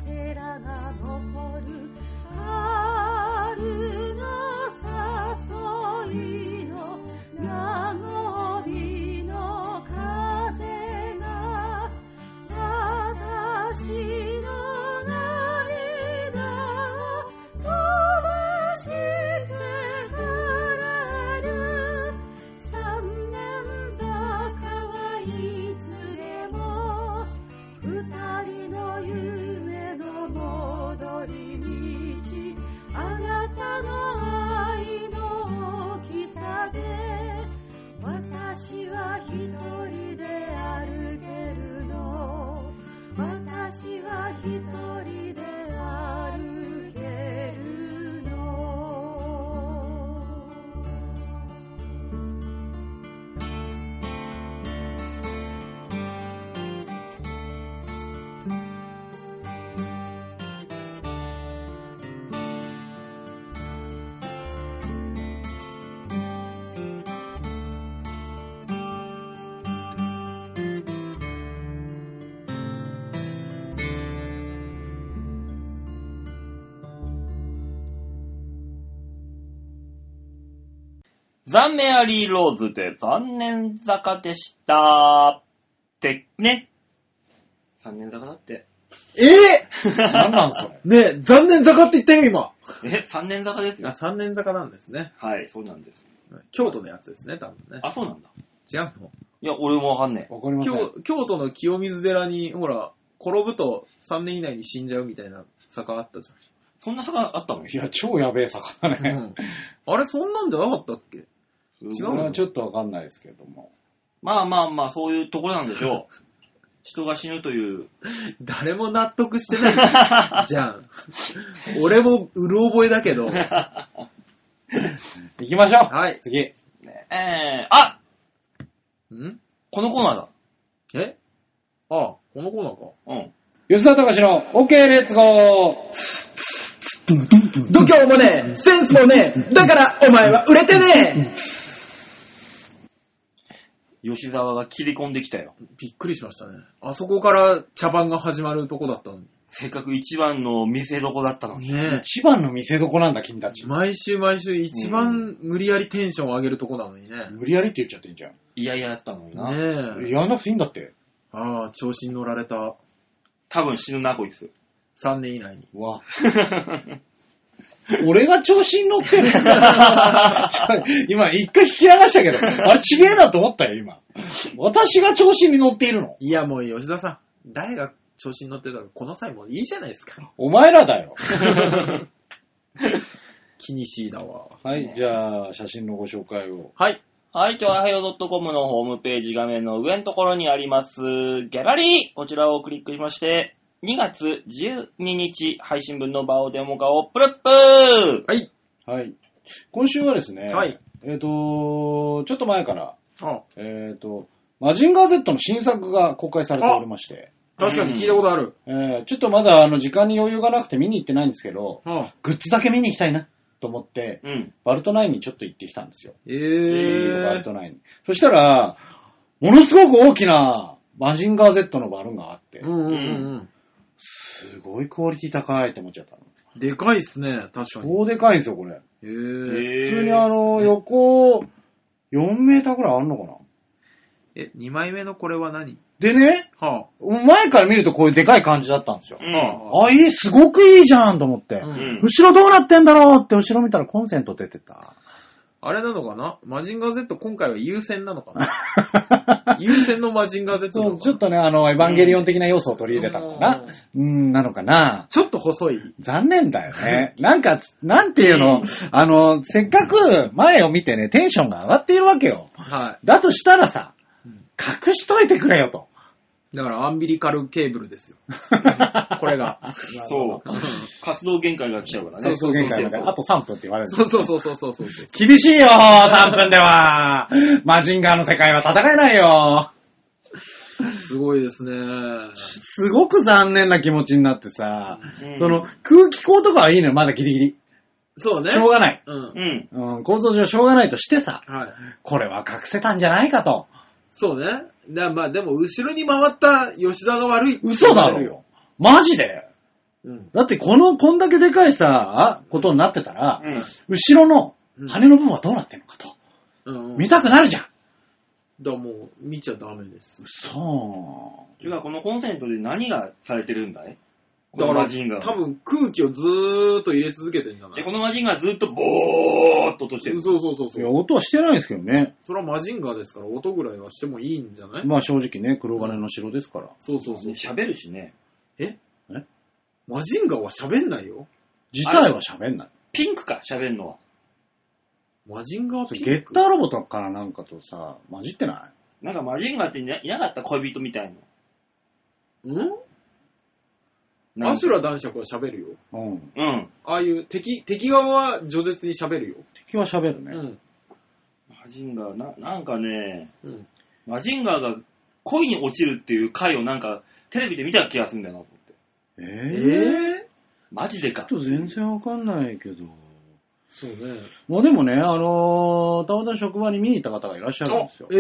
ザ・メアリー・ローズで残念坂でしたってね。残念坂だって。 何なんそれ。 ねえ、残念坂って言ったよ、今。 3年坂ですよ。 3年坂なんですね。 はい、そうなんです。 京都のやつですね、多分ね。 あ、そうなんだ。 違うの？ いや、俺もわかんねえ。 わかりません。 京都の清水寺に、ほら、転ぶと3年以内に死んじゃうみたいな坂あったじそんな坂あったの？ いや、超やべえ坂だゃん。 ね。 あれ、そんなんじゃなかったっけ？ 違うの？ちょっとわかんないですけども。 まあ、そういうところなんでしょう。人が死ぬという。 誰も納得してないじゃん。俺もうる覚えだけど。 行きましょう。 はい。 次。 あ！ ん？ このコーナーだ。 え？あ、このコーナーか。 うん。 吉田隆の OK レッツゴー。 度胸もねえ、センスもねえ、だからお前は売れてねえ。 吉沢が切り込んできたよ。 びっくりしましたね。あそこから茶番が始まるとこだったのに。 せっかく一番の見せ所だったのに。 ねえ。 一番の見せ所なんだ、君たち。 毎週一番無理やりテンションを上げるとこなのにね。 無理やりって言っちゃっていいじゃん。 いやだったのにな。 ねえ。 やんなくていいんだって。 ああ、調子に乗られた。 多分死ぬな、こいつ。 3年以内に。 うわ。俺が調子に乗ってる。今一回聞き流したけど、あれちげえなと思ったよ、今。私が調子に乗っているの。 いや、もう吉田さん、誰が調子に乗ってたか、この際もいいじゃないですか。 お前らだよ。 気にしいだわ。 はい、じゃあ、写真のご紹介を。 はい。 はい、ちょあはよ .com のホームページ画面の上のところにあります、ギャラリー。こちらをクリックしまして、2月12日配信分の場をデモ化をプルップー。 はい。 はい。今週はですね、 はい。 ちょっと前から、 あマジンガー Z の新作が公開されておりまして、 確かに聞いたことある。 ちょっとまだ時間に余裕がなくて見に行ってないんですけど、グッズだけ見に行きたいなと思って、バルト9にちょっと行ってきたんですよ。バルト9に。そしたら、ものすごく大きなマジンガー Z のバルーンがあって、すごいクオリティ高いって思っちゃったの。 でかいっすね、確かに。 そうでかいんですよ、これ。普通に横4メーターくらいあるのかな。 2枚目のこれは何？ でね、前から見るとこういうでかい感じだったんですよ。すごくいいじゃんと思って、後ろどうなってんだろうって後ろ見たらコンセント出てた。 あれなのかな？マジンガー Z 今回は優先なのかな？優先のマジンガー Z そう、ちょっとね、エヴァンゲリオン的な要素を取り入れたのかな。なのかな。 ちょっと細い。 残念だよね。なんか、なんていうの、せっかく前を見てね、テンションが上がっているわけよ。 はい。 だとしたらさ、隠しといてくれよと。 だからアンビリカルケーブルですよ。これが。 そう。活動限界が来ちゃうからね。 活動限界があと3分って言われる。 そう。 厳しいよ3分では。マジンガーの世界は戦えないよ。 すごいですね。 すごく残念な気持ちになってさ、その空気口とかはいいのよ、まだギリギリ。 そうね。 しょうがない。構造上しょうがないとしてさ、これは隠せたんじゃないかと。 そうね。まあでも後ろに回った吉田が悪い。 嘘だろよ。マジで。だってこんだけでかいさ、ことになってたら、後ろの羽の部分はどうなってんのかと。見たくなるじゃん。 だからもう見ちゃダメです。 そう。 違う、このコンセントで何がされてるんだい？ だから多分空気をずーっと入れ続けてるんじゃない？ で、このマジンガーずっとボーっと落としてる。 そう。 いや、音はしてないんですけどね。 それはマジンガーですから、音ぐらいはしてもいいんじゃない？ まあ正直ね、黒金の城ですから。 そう。 喋るしね。 マジンガーは喋んないよ。 自体は喋んない。 ピンクか、喋んのは。 マジンガーピンク？ ゲッターロボとかなんかとさ、混じってない？ なんかマジンガーっていなかった恋人みたいの。 アシュラ男爵は喋るよ。ああいう敵側は饒舌に喋るよ。 敵は喋るね。 マジンガー、なんかね、マジンガーが恋に落ちるっていう回をなんかテレビで見た気がするんだよなと思って。マジでか。 ちょっと全然わかんないけど。 そうね。 もうでもね、たまたま職場に見に行った方がいらっしゃるんですよ。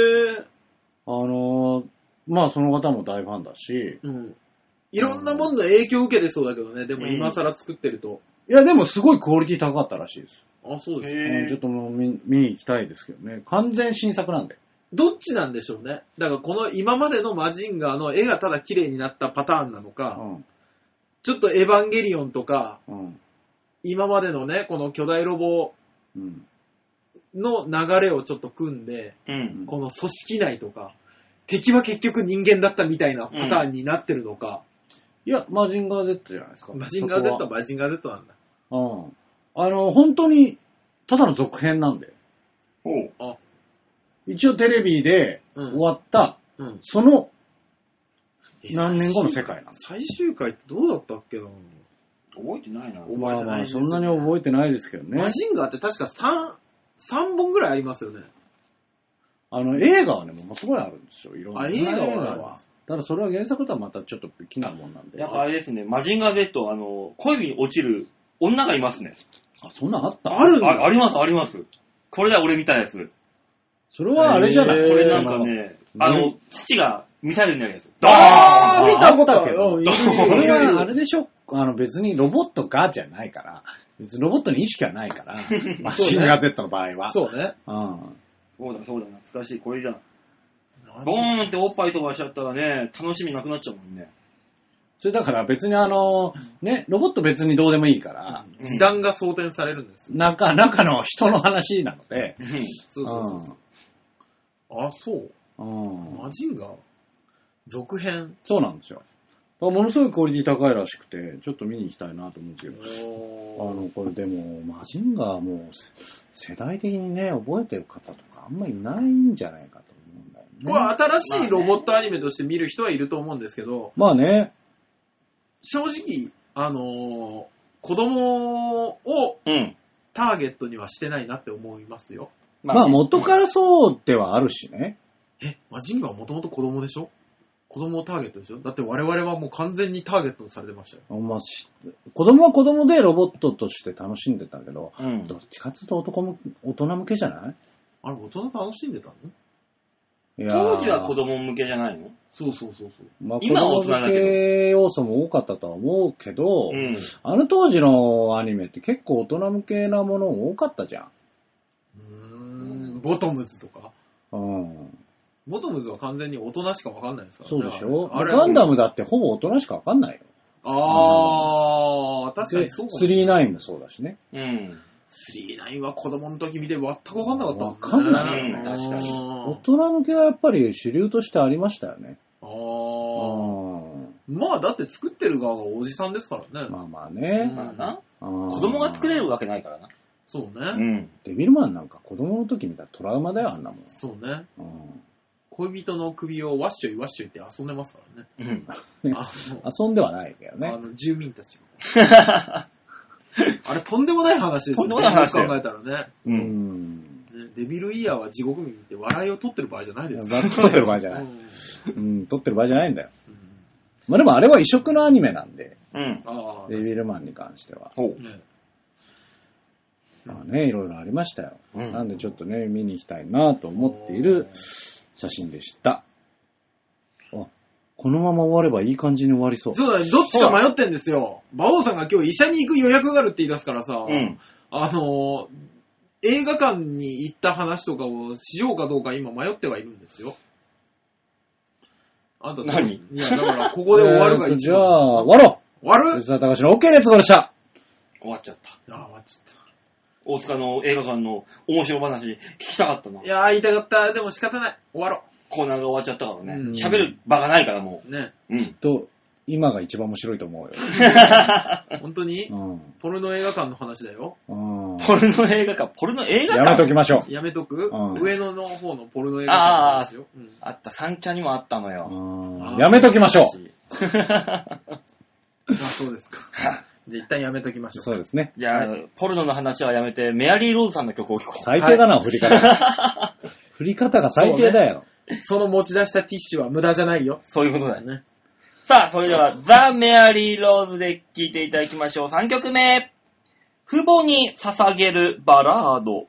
まあその方も大ファンだし、 いろんなものの影響を受けてそうだけどね、でも今更作ってると。 いやでもすごいクオリティ高かったらしいです。 あ、そうですちょっともう見に行きたいですけどね。完全新作なんで。 どっちなんでしょうね。だからこの今までのマジンガーの絵がただ綺麗になったパターンなのか、ちょっとエヴァンゲリオンとか、今までのね、この巨大ロボの流れをちょっと組んで、この組織内とか、敵は結局人間だったみたいなパターンになってるのか。 いや、マジンガー Z じゃないですか。 マジンガー Z はマジンガー Z なんだ。 本当に、ただの続編なんで。一応テレビで終わった、その、何年後の世界なんです。 最終回ってどうだったっけな。 覚えてないな。 まあまあ、そんなに覚えてないですけどね。 マジンガーって確か3本ぐらいありますよね。 映画はね、ものすごいあるんですよ。いろんな映画は。 ただそれは原作とはまたちょっと気になるもんなんで。 やっぱあれですね、マジンガー Z、恋に落ちる女がいますね。 あ、そんなんあった？ あるんだ。 あります、あります。これだ、俺見たやつ。 それはあれじゃない？ これなんかね、父がミサイルになるやつ。 あー、見たことあるよ。 それはあれでしょ？別にロボットがじゃないから、別にロボットに意識はないから、マシンガー Z の場合は。 そうね。 そうだ、懐かしい、これじゃん。ボーンっておっぱい飛ばしちゃったらね、楽しみなくなっちゃうもんね。 それだから別にね、ロボット別にどうでもいいから、 時短が装填されるんです。 中の人の話なので。 そう。あ、そう。マジンガー続編。 そうなんですよ。ものすごいクオリティ高いらしくて、ちょっと見に行きたいなと思うんですけど。これでも、マジンガーも世代的にね、覚えてる方とかあんまりいないんじゃないかと思うんだよね。 これ新しいロボットアニメとして見る人はいると思うんですけど、 まあね。 正直、子供をターゲットにはしてないなって思いますよ。 まあ元からそうではあるしね。 マジンガーはもともと子供でしょ？子供をターゲットでしょ？だって我々はもう完全にターゲットにされてましたよ。 まあ、子供は子供でロボットとして楽しんでたけど、どっちかっていうと大人向けじゃない？ あれ、大人楽しんでたの？ 当時は子供向けじゃないの？ そう。 まあ、今は大人向け要素も多かったとは思うけど、あの当時のアニメって結構大人向けなもの多かったじゃん。 ボトムズとか。ボトムズは完全に大人しか分かんないですからね。 そうでしょ？ガンダムだってほぼ大人しか分かんないよ。 確かにそうかも。 39もそうだしね。 39は子供の時見て全く分かんなかったもんね。 分かんない。確かに。大人向けはやっぱり主流としてありましたよね。 まあだって作ってる側がおじさんですからね。 まあね。 まあな。子供が作れるわけないからな。 そうね。 デビルマンなんか子供の時見たらトラウマだよ、あんなもん。 そうね。恋人の首をワッショイワッショイって遊んでますからね。 遊んではないけどね。 住民たちが。あれとんでもない話ですよね。とんでもない話考えたらね。デビルイヤーは地獄耳って笑いを取ってる場合じゃないですよ。 取ってる場合じゃない。取ってる場合じゃないんだよ。まあでもあれは異色のアニメなんで。デビルマンに関しては。まあね、いろいろありましたよ。なんでちょっとね、見に行きたいなと思っている写真でした。このまま終わればいい感じに終わりそう。 そうだね、どっちか迷ってんですよ。馬王さんが今日医者に行く予約があるって言い出すからさ、映画館に行った話とかをしようかどうか今迷ってはいるんですよ。あんた何？ いや、だからここで終わるが一番。 じゃあ、終わろう。 終わる？ 吉田隆の OK レッツゴーでした。 終わっちゃった。 終わっちゃった。 大塚の映画館の面白話聞きたかったな。 いやー、言いたかった。でも仕方ない。終わろう。 コーナーが終わっちゃったからね。喋る場がないからもう。 ね。 きっと、今が一番面白いと思うよ。 本当に？ポルノ映画館の話だよ。 ポルノ映画館？ポルノ映画館？ やめときましょう。 やめとく？上野の方のポルノ映画館の話ですよ。 あった。三茶にもあったのよ。 やめときましょう。 そうですか。じゃあ一旦やめときましょう。 そうですね。 じゃあ、ポルノの話はやめて、メアリー・ローズさんの曲を聴こう。 最低だな、振り方。振り方が最低だよ。 その持ち出したティッシュは無駄じゃないよ。 そういうことだよね。さあ、それでは、ザ・メアリー・ローズで聴いていただきましょう。3曲目。父母に捧げるバラード。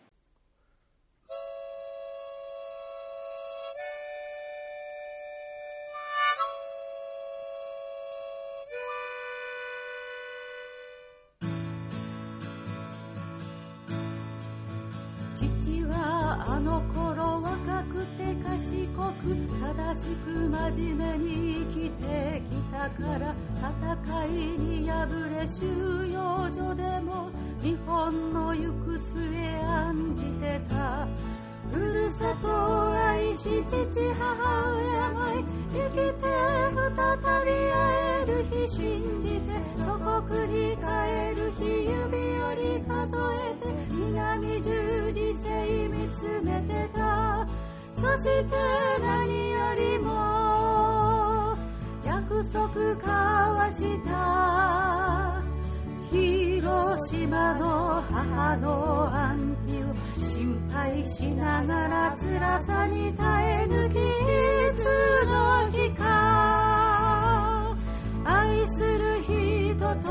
はあの頃若くて賢く正しく真面目に生きてきたから戦いに敗れ収容所でも日本の行く末案じてた。ふるさとを愛し父母敬い生きて再び会える日信じて祖国に帰る日指折り数えて南十字星見つめてた。そして何よりも約束交わした広島の母の安否を心配しながら辛さに耐え抜きいつの日か愛する人と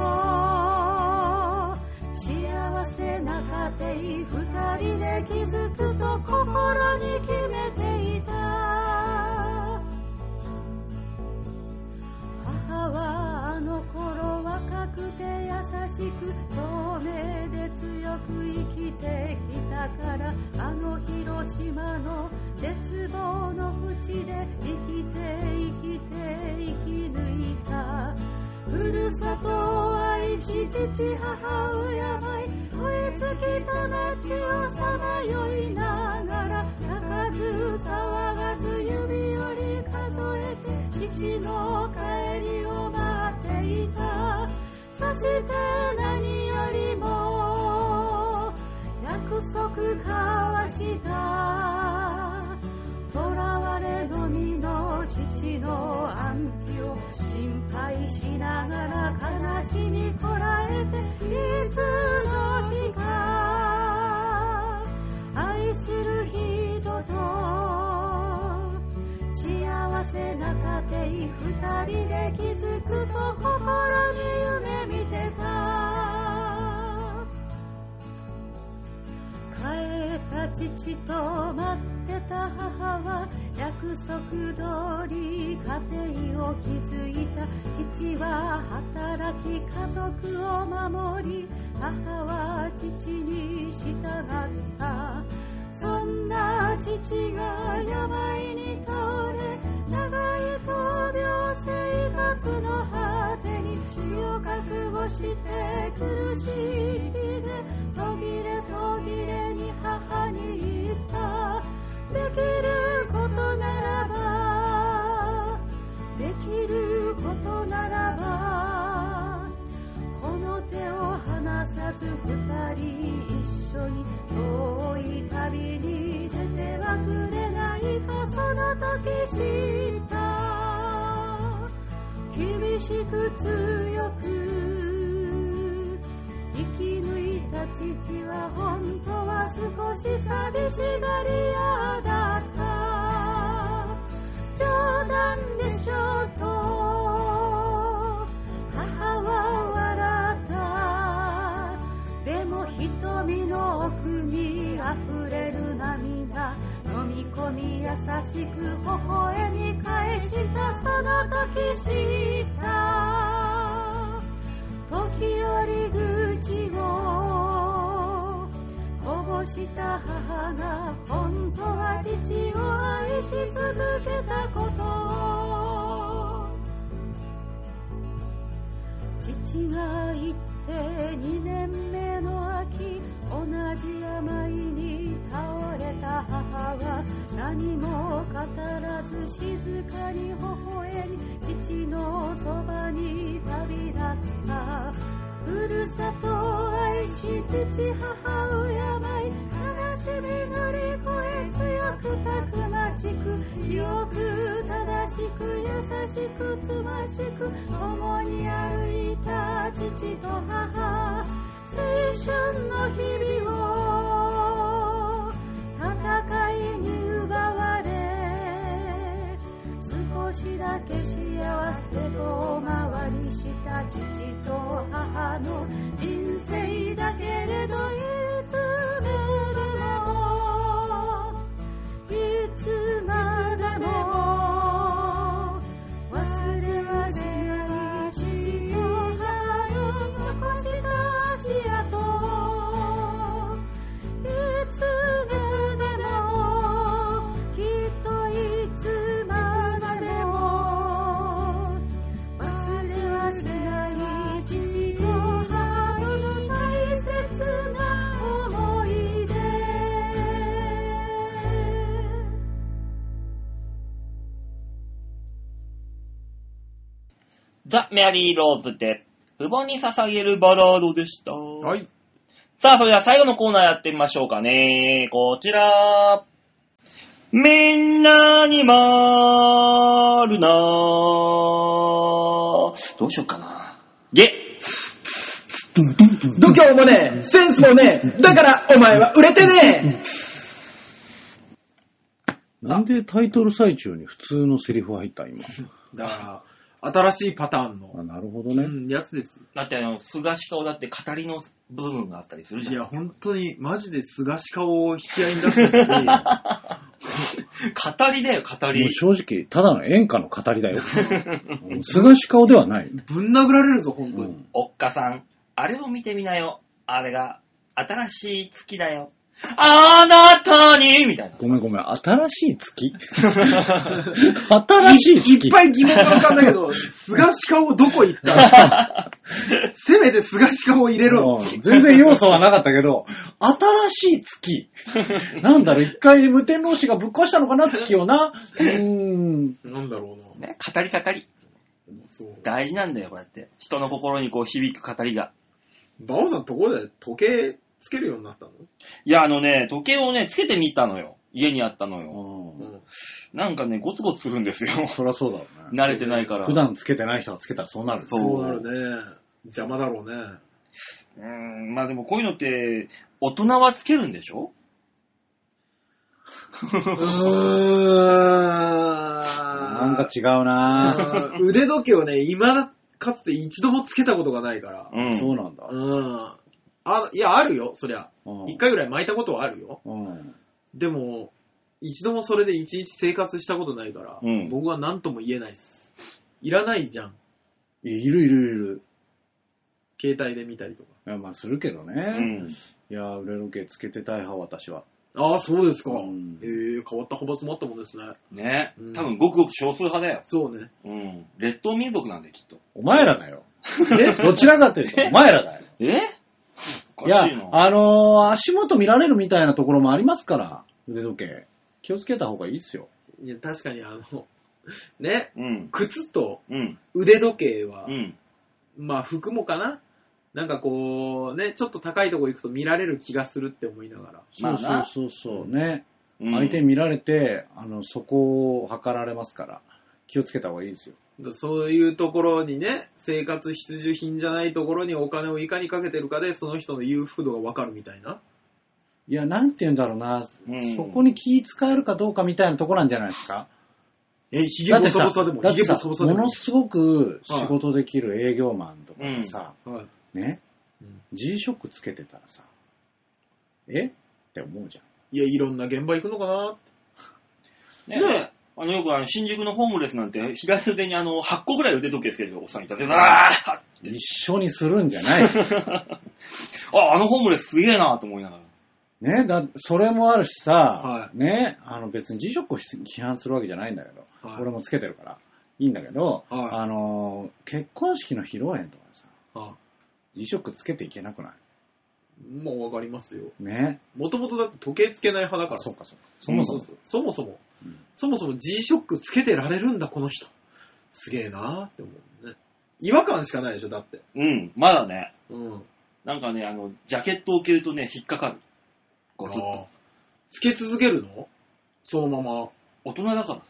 幸せな家庭二人で築くと心に決めていた。母はあの頃若くて優しく透明で強く生きてきたからあの広島の絶望の淵で生き抜いた。ふるさとを愛し父母敬い燃え尽きた街をさまよいながら泣かず騒がず指折り数えて父の帰りを待っていた。そして何よりも約束交わした囚われの身の父の安否を心配しながら悲しみこらえていつの日か愛する人と幸せな家庭二人で築くと心に夢見てた。帰った父と待ってた母は約束通り家庭を築いた。父は働き家族を守り母は父に従った。そんな父が病に倒れ長い闘病生活の果てに死を覚悟して苦しい日で途切れに母に言った。できることならばこの手を離さず二人一緒に遠い旅に出てはくれないか。その時知った厳しく強く生き抜いた父は本当は少し寂しがり屋だった。冗談でしょうと母は笑った。でも瞳の奥に溢れる涙飲み込み優しく微笑み返した。その時知った時折口をこぼした母が本当は父を愛し続けたこと。父が言って2年目の秋同じ病に倒れた母は何も語らず静かに微笑み父のそばに旅立った。ふるさとを愛し父母敬い悲しみ乗り越え強くたくましくよく正しく優しくつましく共に歩いた父と母。青春の日々を戦いに奪われ少しだけ幸せと回りした父と母の人生だけれどいつまでも忘れはしない父と母の残した足跡いつまでもザ・メアリー・ローズで、父母に捧げるバラードでした。 はい。 さあ、それでは最後のコーナーやってみましょうかね。こちら。みんなにまるなどうしようかな。ゲ度胸もね、センスもね、だからお前は売れてね。 なんでタイトル最中に普通のセリフが入った今。 だから、新しいパターンの。 あ、なるほどね。 やつです。 だって菅氏顔だって語りの部分があったりするじゃん。 いや、本当に、マジで菅氏顔を引き合いに出すんですよ。語りだよ、語り。 もう正直、ただの演歌の語りだよ。菅氏顔ではない。 ぶん殴られるぞ、本当に。 おっかさん、あれを見てみなよ。あれが、新しい月だよ。あなたにみたいな。 ごめん。新しい月新しい月いっぱい疑問が浮かんだけど、菅氏顔どこ行ったせめて菅氏顔を入れろ。 全然要素はなかったけど、新しい月。なんだろう、一回無天老師がぶっ壊したのかな、月をな。 なんだろうな。 ね、語り。そう大事なんだよ、こうやって。人の心にこう響く語りが。 バオさんところで時計つけるようになったの？ いや、時計をね、つけてみたのよ。家にあったのよ。なんかね、ゴツゴツするんですよ。 そりゃそうだろうね。 慣れてないから。 普段つけてない人がつけたらそうなる。 そうなるね。邪魔だろうね。 まあでもこういうのって、大人はつけるんでしょ？ なんか違うな腕時計をね、かつて一度もつけたことがないから。 そうなんだ。 いや、あるよ、そりゃ。一回ぐらい巻いたことはあるよ。でも、一度もそれで一日生活したことないから、僕は何とも言えないです。いらないじゃん。 いる。 携帯で見たりとか。 いや、まあするけどね。いや、腕時計つけてたい派、私は。 ああ、そうですか。変わった派閥もあったもんですね。 ね。多分ごくごく少数派だよ。 そうね。 劣等民族なんだよ、きっと。 お前らだよ。どちらかというと、お前らだよ。 いや、足元見られるみたいなところもありますから、腕時計。気をつけた方がいいっすよ。 いや、確かにね、靴と腕時計は、まあ服もかな。なんかこう、ね、ちょっと高いとこ行くと見られる気がするって思いながら。 そうね。相手に見られて、そこを測られますから、気をつけた方がいいですよ。 そういうところにね、生活必需品じゃないところにお金をいかにかけてるかで、その人の裕福度がわかるみたいな。 いや、なんて言うんだろうな、そこに気使えるかどうかみたいなところなんじゃないですか。 ヒゲボサボサでも、 ものすごく仕事できる営業マンとかがさ、ね、G-SHOCK つけてたらさ、って思うじゃん。 いや、いろんな現場行くのかなって。 ねえ。よく新宿のホームレスなんて、左腕に8個ぐらい腕時計つけてるおっさんいたぜ。 一緒にするんじゃない。 ホームレスすげえなと思いながら。 ね、それもあるしさ、ね、別に G-SHOCK を批判するわけじゃないんだけど、俺もつけてるからいいんだけど、結婚式の披露宴とかさ、G-SHOCK つけていけなくない？ もうわかりますよ。 ね。 もともとだって時計つけない派だから。 そうか。そもそも G-SHOCK つけてられるんだ、この人。すげえなーって思うね。違和感しかないでしょ、だって。 まだね。なんかね、ジャケットを着るとね、引っかかる。ゴツッと。 つけ続けるの？そのまま。 大人だからさ。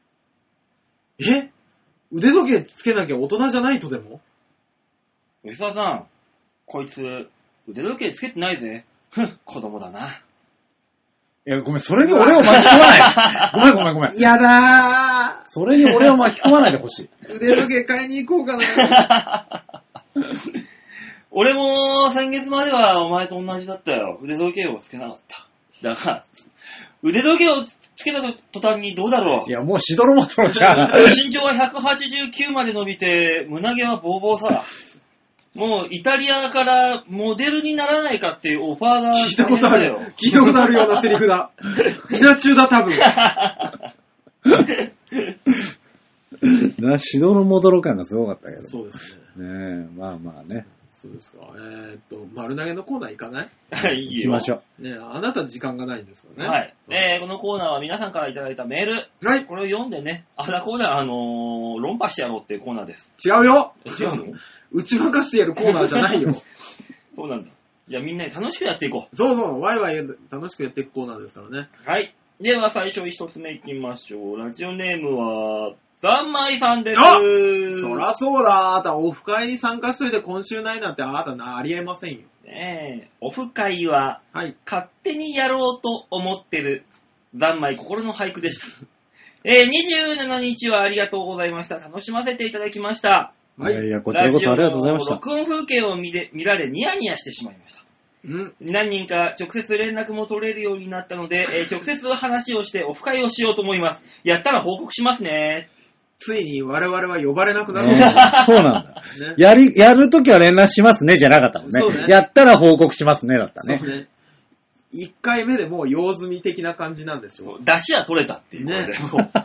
腕時計つけなきゃ大人じゃないとでも？ 吉沢さん、こいつ、腕時計つけてないぜ。子供だな。 いや、ごめん、それに俺を巻き込まない。ごめん。 やだー。 それに俺を巻き込まないでほしい。 腕時計買いに行こうかな。 俺も先月まではお前と同じだったよ。腕時計をつけなかった。だから、腕時計をつけた途端にどうだろう。 いや、もうしどろもどろじゃん。 身長は189まで伸びて、胸毛はボーボーさ。もうイタリアからモデルにならないかっていうオファーが聞いたことあるよ。聞いたことあるようなセリフだ。稲中だ、多分。 しどろもどろ感がすごかったけど。 そうですね。ねえ、まあね。 そうですか。丸投げのコーナー行かない？ はい、いいよ。 行きましょう。ね、あなた時間がないんですからね。 はい。このコーナーは皆さんからいただいたメール。 はい。 これを読んでね、コーナー、論破してやろうっていうコーナーです。 違うよ。 違うの？ 打ち負かしてやるコーナーじゃないよ。 そうなんだ。じゃあみんなで楽しくやっていこう。 そうそう、ワイワイ楽しくやっていくコーナーですからね。 はい。では最初一つ目いきましょう。ラジオネームは、ざんまいさんです。 そらそうだ。あなたオフ会に参加しといて今週ないなんてあなたありえませんよ。 ねえ、オフ会は、はい、勝手にやろうと思ってる、ざんまい心の俳句でした。27日はありがとうございました。楽しませていただきました。 はい。いやいや、こちらこそありがとうございました。 録音風景を見られニヤニヤしてしまいました。何人か直接連絡も取れるようになったので、直接話をしてオフ会をしようと思います。やったら報告しますね。 ついに我々は呼ばれなくなる。 そうなんだ。ね、やるときは連絡しますね、じゃなかったもんね。そうね。やったら報告しますね、だったね。そうね。 1回目でもう用済み的な感じなんでしょう。 出汁は取れたっていうことで。ね、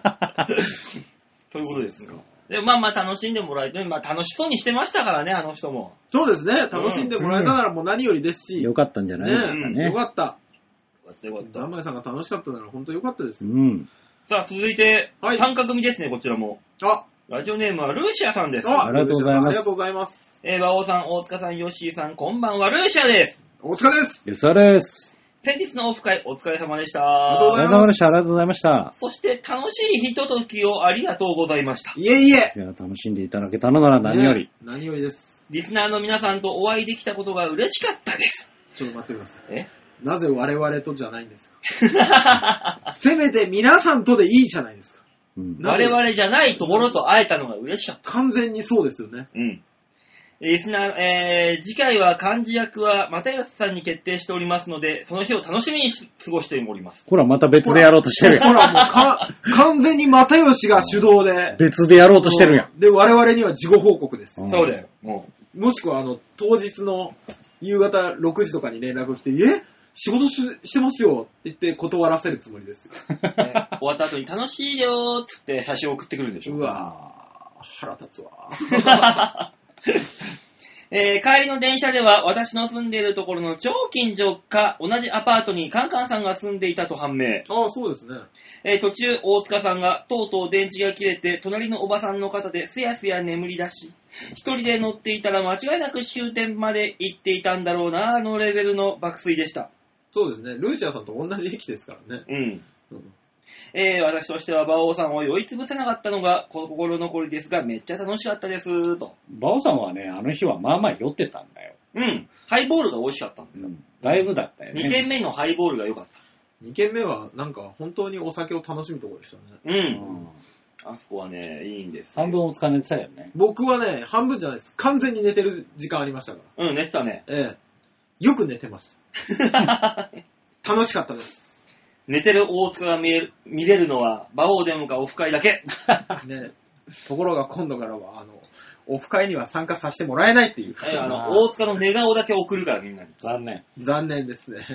そういうことですよ。で、まあ楽しんでもらえて、楽しそうにしてましたからね、あの人も。 そうですね。楽しんでもらえたならもう何よりですし。 よかったんじゃないですかね。 よかった。 よかった。 ざんまいさんが楽しかったなら本当よかったです。 さあ、続いて、三角組ですね、こちらも。ラジオネームはルーシアさんです。 ありがとうございます。 ありがとうございます。 馬王さん、大塚さん、ヨッシーさん、こんばんは、ルーシアです。 大塚です。 よさです。 先日のオフ会、お疲れ様でした。 お疲れ様でした。ありがとうございました。 そして、楽しいひとときをありがとうございました。 いえいえ。 いや、楽しんでいただけたのなら何より。 何よりです。 リスナーの皆さんとお会いできたことが嬉しかったです。 ちょっと待ってください。なぜ我々とじゃないんですか？せめて皆さんとでいいじゃないですか。 我々じゃないところと会えたのが嬉しかった。 完全にそうですよね。 リスナー、次回は漢字役は又吉さんに決定しておりますので、その日を楽しみに過ごしております。 ほら、また別でやろうとしてるやん。 ほら、もう完全に又吉が主導で。 別でやろうとしてるやん。 で、我々には事後報告です。 そうだよ。 もしくは、当日の夕方6時とかに連絡来て、仕事してますよって言って断らせるつもりですよ。 終わった後に楽しいよーっつって写真送ってくるんでしょ。 うわー、腹立つわ。 帰りの電車では私の住んでいるところの超近所か同じアパートにカンカンさんが住んでいたと判明。 ああ、そうですね。 途中大塚さんがとうとう電池が切れて隣のおばさんの肩ですやすや眠り出し、一人で乗っていたら間違いなく終点まで行っていたんだろうな、あのレベルの爆睡でした。 そうですね。ルーシアさんと同じ駅ですからね。 私としては馬王さんを酔いつぶせなかったのが心残りですが、めっちゃ楽しかったですと。 馬王さんはね、あの日はまあまあ酔ってたんだよ。 ハイボールが美味しかったんだよ。 だいぶだったよね。 2軒目のハイボールが良かった。 2軒目はなんか本当にお酒を楽しむところでしたね。 あそこはね、いいんです。 半分お疲れてたよね。 僕はね、半分じゃないです。完全に寝てる時間ありましたから。 寝てたね。 よく寝てました。楽しかったです。 寝てる大塚が見れるのは、馬王デモかオフ会だけ。 ね。ところが今度からは、オフ会には参加させてもらえないっていう。 大塚の寝顔だけ送るからみんなに。 残念ですね。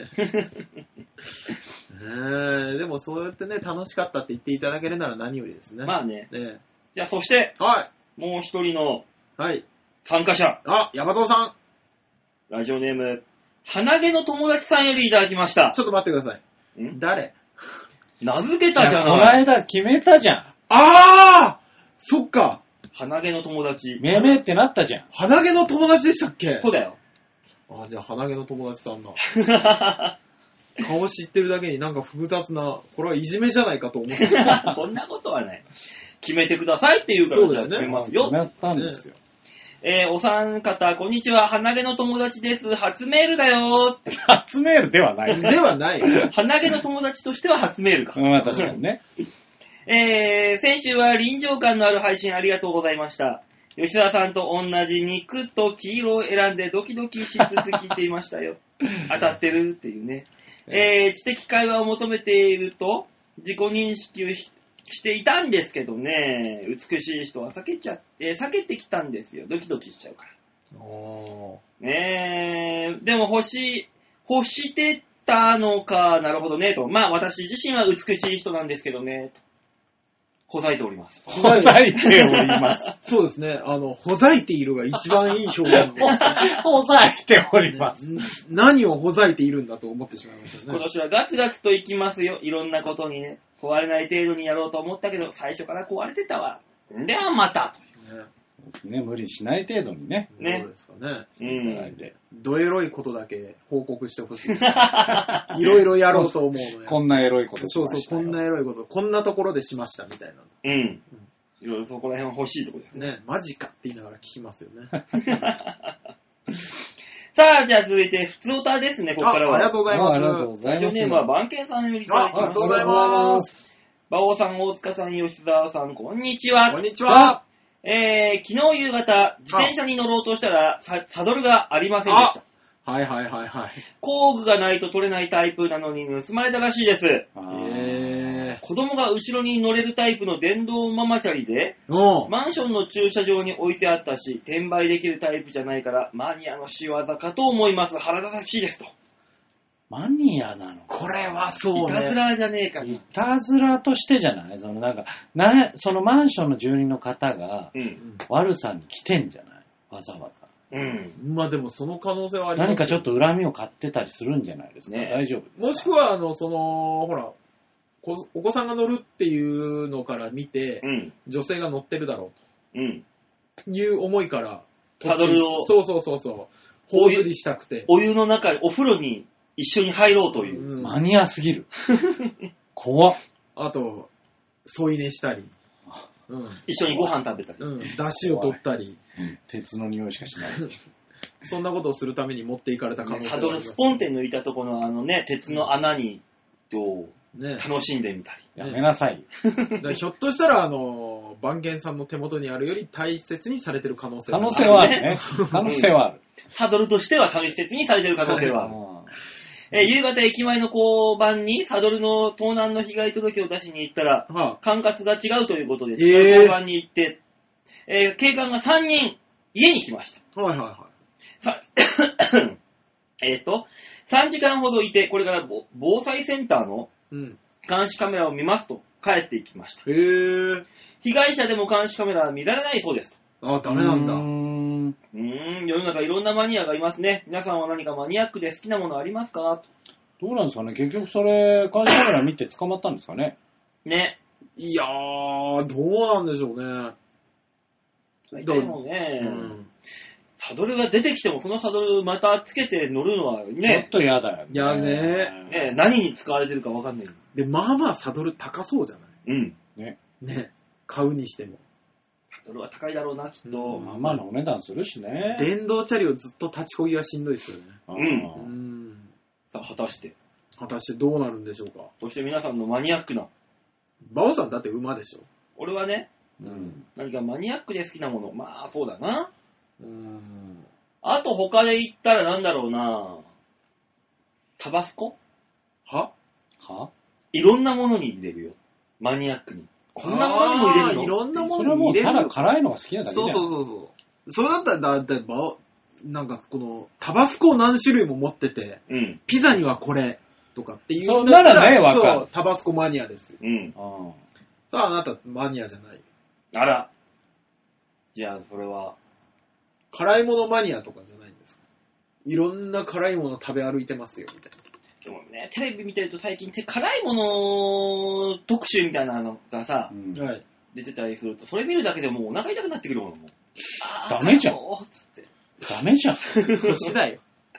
でもそうやってね、楽しかったって言っていただけるなら何よりですね。 まあね。じゃあそして、もう一人の参加者。 ヤバトさん。 ラジオネーム、鼻毛の友達さんよりいただきました。 ちょっと待ってください。誰？ 名付けたじゃない。 この間決めたじゃん。 そっか。 鼻毛の友達。 めめってなったじゃん。 鼻毛の友達でしたっけ？ そうだよ。 じゃあ鼻毛の友達さんだ。顔知ってるだけになんか複雑な、これはいじめじゃないかと思ってた。 そんなことはない。決めてくださいって言うから、 そうだよね。 決めますよ。 決めたんですよ。 お三方、こんにちは。鼻毛の友達です。初メールだよ。 初メールではない。 ではない。 鼻毛の友達としては初メールか。 まあ確かにね。 先週は臨場感のある配信ありがとうございました。吉田さんと同じ肉と黄色を選んでドキドキしつつ聞いていましたよ。当たってるっていうね。知的会話を求めていると自己認識をしていたんですけどね、美しい人は避けてきたんですよ。ドキドキしちゃうから。ねえ、でも欲してたのか、なるほどねと。まあ私自身は美しい人なんですけどねと。 ほざいております。 ほざいております。 そうですね。ほざいているが一番いい表現です。 ほざいております。 何をほざいているんだと思ってしまいましたね。 今年はガツガツといきますよ。いろんなことにね。壊れない程度にやろうと思ったけど、最初から壊れてたわ。ではまた。 ね、無理しない程度にね。 ね。そうですかね。 どエロいことだけ報告してほしい。いろいろやろうと思うのよ。 こんなエロいことしました。 そう、こんなエロいこと、こんなところでしましたみたいな。 いろいろそこら辺は欲しいところですね。 マジかって言いながら聞きますよね。 さあ、じゃあ続いて、ふつおたですね、ここからは。 ありがとうございます。 ありがとうございます。 ラジオネームは番犬さんよりいただきました。 ありがとうございます。 馬王さん、大塚さん、吉沢さん、こんにちは。 こんにちは。 昨日夕方、自転車に乗ろうとしたら、サドルがありませんでした。 はい。 工具がないと取れないタイプなのに盗まれたらしいです。子供が後ろに乗れるタイプの電動ママチャリで、マンションの駐車場に置いてあったし、転売できるタイプじゃないから、マニアの仕業かと思います。腹立たしいですと。 マニアなの？ これはそうね。 いたずらじゃねえか。 いたずらとしてじゃない？そのマンションの住人の方が、悪さに来てんじゃない？わざわざ。 まあでもその可能性はあります。 何かちょっと恨みを買ってたりするんじゃないですか。大丈夫ですか？ もしくは、ほら、お子さんが乗るっていうのから見て、女性が乗ってるだろうと。いう思いから、 サドルを。 そう。頬ずりしたくて。 お湯の中、お風呂に一緒に入ろうという。 マニアすぎる。怖っ。 あと、添い寝したり。 一緒にご飯食べたり。 出汁を取ったり。 鉄の匂いしかしない。 そんなことをするために持っていかれた可能性があります。 サドルスポンって抜いたところの鉄の穴に、楽しんでみたり。 やめなさい。 ひょっとしたら、番犬さんの手元にあるより大切にされてる可能性はあるね。可能性はある。 サドルとしては大切にされてる可能性はある。夕方駅前の交番にサドルの盗難の被害届を出しに行ったら、管轄が違うということで、交番に行って、警官が3人家に来ました。3時間ほどいて、これから防災センターの監視カメラを見ますと帰っていきました。被害者でも監視カメラは見られないそうですと。 ダメなんだ。 世の中いろんなマニアがいますね。皆さんは何かマニアックで好きなものありますか？ どうなんですかね。結局それ、監視カメラ見て捕まったんですかね。 ね。いやー、どうなんでしょうね。 でもね、サドルが出てきてもそのサドルまたつけて乗るのはね。 ちょっと嫌だよね。 いやね。 何に使われてるかわかんない。 で、まあサドル高そうじゃない？ね。買うにしても。 サドルは高いだろうな、きっと。 まあのお値段するしね。 電動チャリをずっと立ちこぎはしんどいですよね。 さあ、果たしてどうなるんでしょうか。 そして皆さんのマニアックな。 バオさんだって馬でしょ。 俺はね、何かマニアックで好きなもの。まあ、そうだな。あと他で言ったらなんだろうな。タバスコ？いろんなものに入れるよ。マニアックに。こんなものにも入れるの？ いろんなものに入れる。 それはもうただ辛いのが好きなだけだよ。 そう。それだったらなんかこのタバスコを何種類も持ってて、ピザにはこれとかっていうそんならね、わかる。 そう、タバスコマニアです。さあ、あなたマニアじゃない。 あら。じゃあ、それは。 辛いものマニアとかじゃないんですか？いろんな辛いもの食べ歩いてますよ、みたいな。 でもね、テレビ見てると最近辛いもの特集みたいなのがさ、出てたりすると、それ見るだけでもうお腹痛くなってくるもん。 ダメじゃん。ダメじゃん。 年だよ。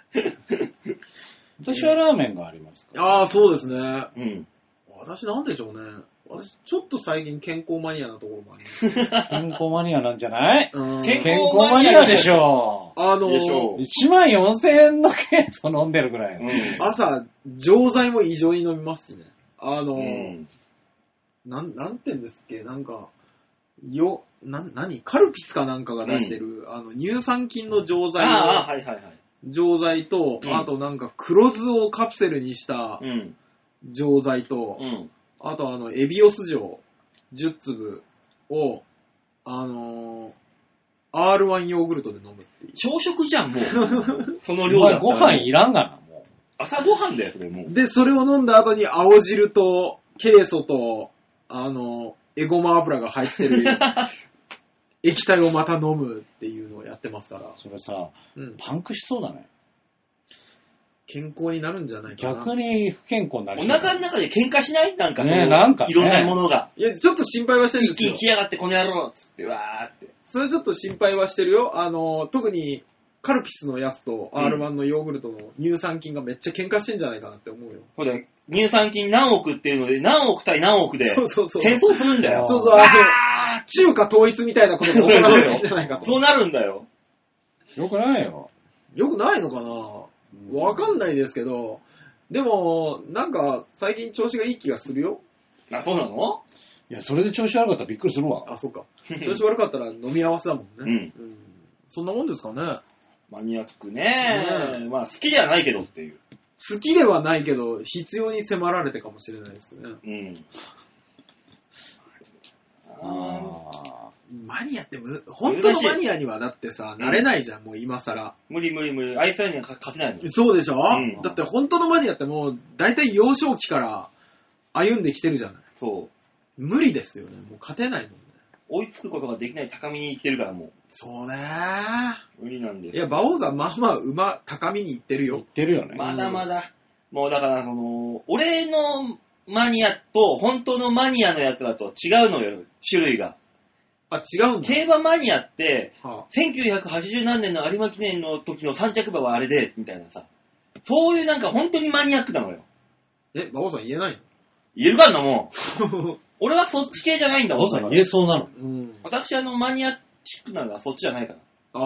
私はラーメンがありますから。 そうですね。私なんでしょうね。私、ちょっと最近健康マニアなところもあります。 健康マニアなんじゃない？ 健康マニアでしょ。14,000円のケースを飲んでるぐらい。 朝、錠剤も異常に飲みますしね。なんて言うんですっけ、なんか、カルピスかなんかが出してる、乳酸菌の錠剤錠剤と、あとなんか黒酢をカプセルにした錠剤と、あとエビオス錠10粒を、R1 ヨーグルトで飲むっていう。 朝食じゃん、もう。その量だったら。 ご飯いらんがな、もう。 朝ご飯だよ、それもう。 で、それを飲んだ後に青汁と、ケイ素と、 エゴマ油が入ってる液体をまた飲むっていうのをやってますから。 それさ、パンクしそうだね。 健康になるんじゃないかな。 逆に不健康になりそう。 お腹の中で喧嘩しないなんかね、なんか、ね、 いろんなものが。 いや、ちょっと心配はしてるんですよ。 一気に来やがってこの野郎っつって、わーって。 それちょっと心配はしてるよ。特に、カルピスのやつと R1 のヨーグルトの乳酸菌がめっちゃ喧嘩してんじゃないかなって思うよ。 そうだよ。乳酸菌何億っていうので、何億対何億で戦争するんだよ。 そうそう、中華統一みたいなことが行われるんじゃないかと。 そうなるんだよ。 よくないよ。 よくないのかな、わかんないですけど、でも、なんか、最近調子がいい気がするよ。 あ、そうなの？ いや、それで調子悪かったらびっくりするわ。 あ、そっか。調子悪かったら飲み合わせだもんね。そんなもんですかね。 マニアックね。まあ、好きではないけどっていう。 好きではないけど、必要に迫られてかもしれないですね。マニアって本当のマニアにはだってさ、なれないじゃん、もう今更。 無理。あいつらには勝てないの。 そうでしょ、だって本当のマニアってもう、大体幼少期から歩んできてるじゃない。 そう。 無理ですよね。もう勝てないもんね。 追いつくことができない高みに行ってるからもう。 そうね。 無理なんです。 いや、馬王さん、まあまあ高みに行ってるよ。 行ってるよね。 まだまだ。もうだから、俺のマニアと本当のマニアのやつだと違うのよ、種類が。 あ、違うんだ。 競馬マニアって、1980何年の有馬記念の時の3着馬はあれで、みたいなさ。そういうなんか本当にマニアックなのよ。 馬王さん言えないの？ 言えるかんなもん。俺はそっち系じゃないんだもん。 馬王さん言えそうなの。 私マニアチックなのはそっちじゃないから。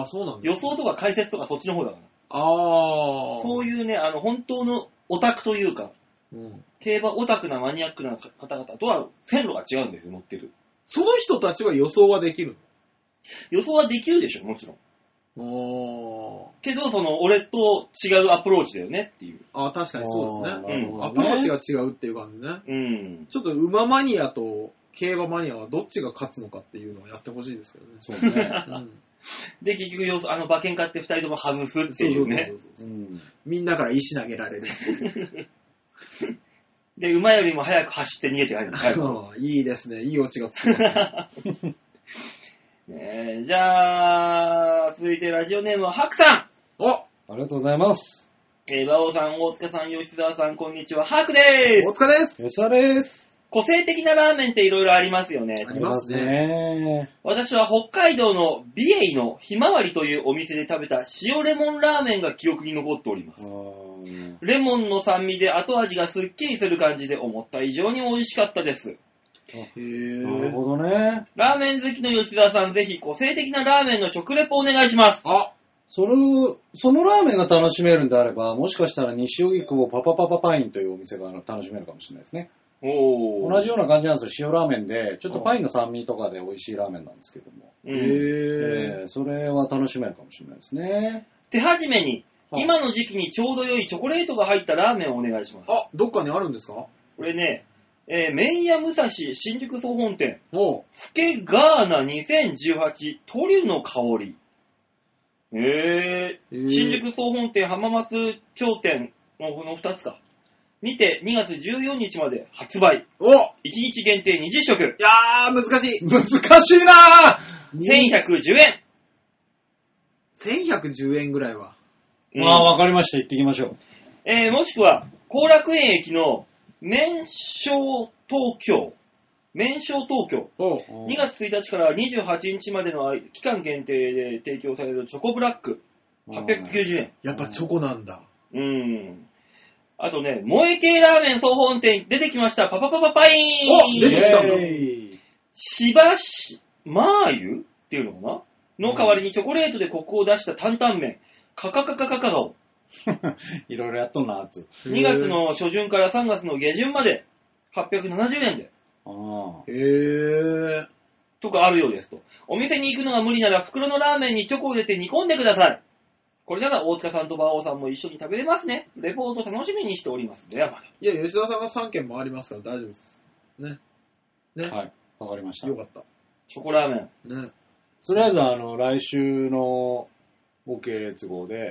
あ、そうなんだ。 予想とか解説とかそっちの方だから。そういうね、本当のオタクというか、競馬オタクなマニアックな方々とは線路が違うんですよ、乗ってる。 その人たちは予想はできるの？ 予想はできるでしょ、もちろん。けど、俺と違うアプローチだよねっていう。 あ、確かにそうですね。アプローチが違うっていう感じね。ちょっと馬マニアと競馬マニアはどっちが勝つのかっていうのをやってほしいですけどね。 そうね。 で、結局、馬券買って2人とも外すっていうね。 みんなから石投げられる。 で、馬よりも早く走って逃げて帰る。 いいですね。いいオチがつく。 じゃあ、続いてラジオネームはハクさん。 ありがとうございます。 馬王さん、大塚さん、吉沢さん、こんにちは。ハクでーす。 大塚です。 吉沢です。 個性的なラーメンっていろいろありますよね。 ありますね。 私は北海道の美瑛のひまわりというお店で食べた塩レモンラーメンが記憶に残っております。レモンの酸味で後味がすっきりする感じで思った以上に美味しかったです。 なるほどね。 ラーメン好きの吉沢さん、ぜひ個性的なラーメンの食レポお願いします。 そのラーメンが楽しめるんであれば、もしかしたら西荻窪パパパパパインというお店が楽しめるかもしれないですね。同じような感じなんですよ。塩ラーメンで、ちょっとパインの酸味とかで美味しいラーメンなんですけども。それは楽しめるかもしれないですね。 手始めに、今の時期にちょうど良いチョコレートが入ったラーメンをお願いします。 どっかにあるんですか？ これね、麺屋武蔵新宿総本店、スケガーナ2018トリュの香り。新宿総本店浜松町店のこの2つか。にて2月14日まで発売。1日限定20食。 いやー、難しい。 難しいなー !1110 円。 1110円ぐらいは。 わかりました。行ってきましょう。もしくは、後楽園駅の麺匠東京。2月1日から28日までの期間限定で提供されるチョコブラック。890円。 やっぱチョコなんだ。 あとね、萌え系ラーメン総本店出てきました。パパパパパイーン。 出てきたんだ。 しばし、マー油っていうのかなの代わりにチョコレートでコクを出した担々麺。カカカカカカカオ。 いろいろやっとんな、つ。 2月の初旬から3月の下旬まで870円で。とかあるようですと。お店に行くのが無理なら袋のラーメンにチョコを入れて煮込んでください。これなら大塚さんと馬王さんも一緒に食べれますね。レポート楽しみにしております。ではまた。 いや、吉田さんが3件もありますから大丈夫です。ね。 はい。わかりました。 よかった。 チョコラーメン。ね。 とりあえず、来週の OK 列号で、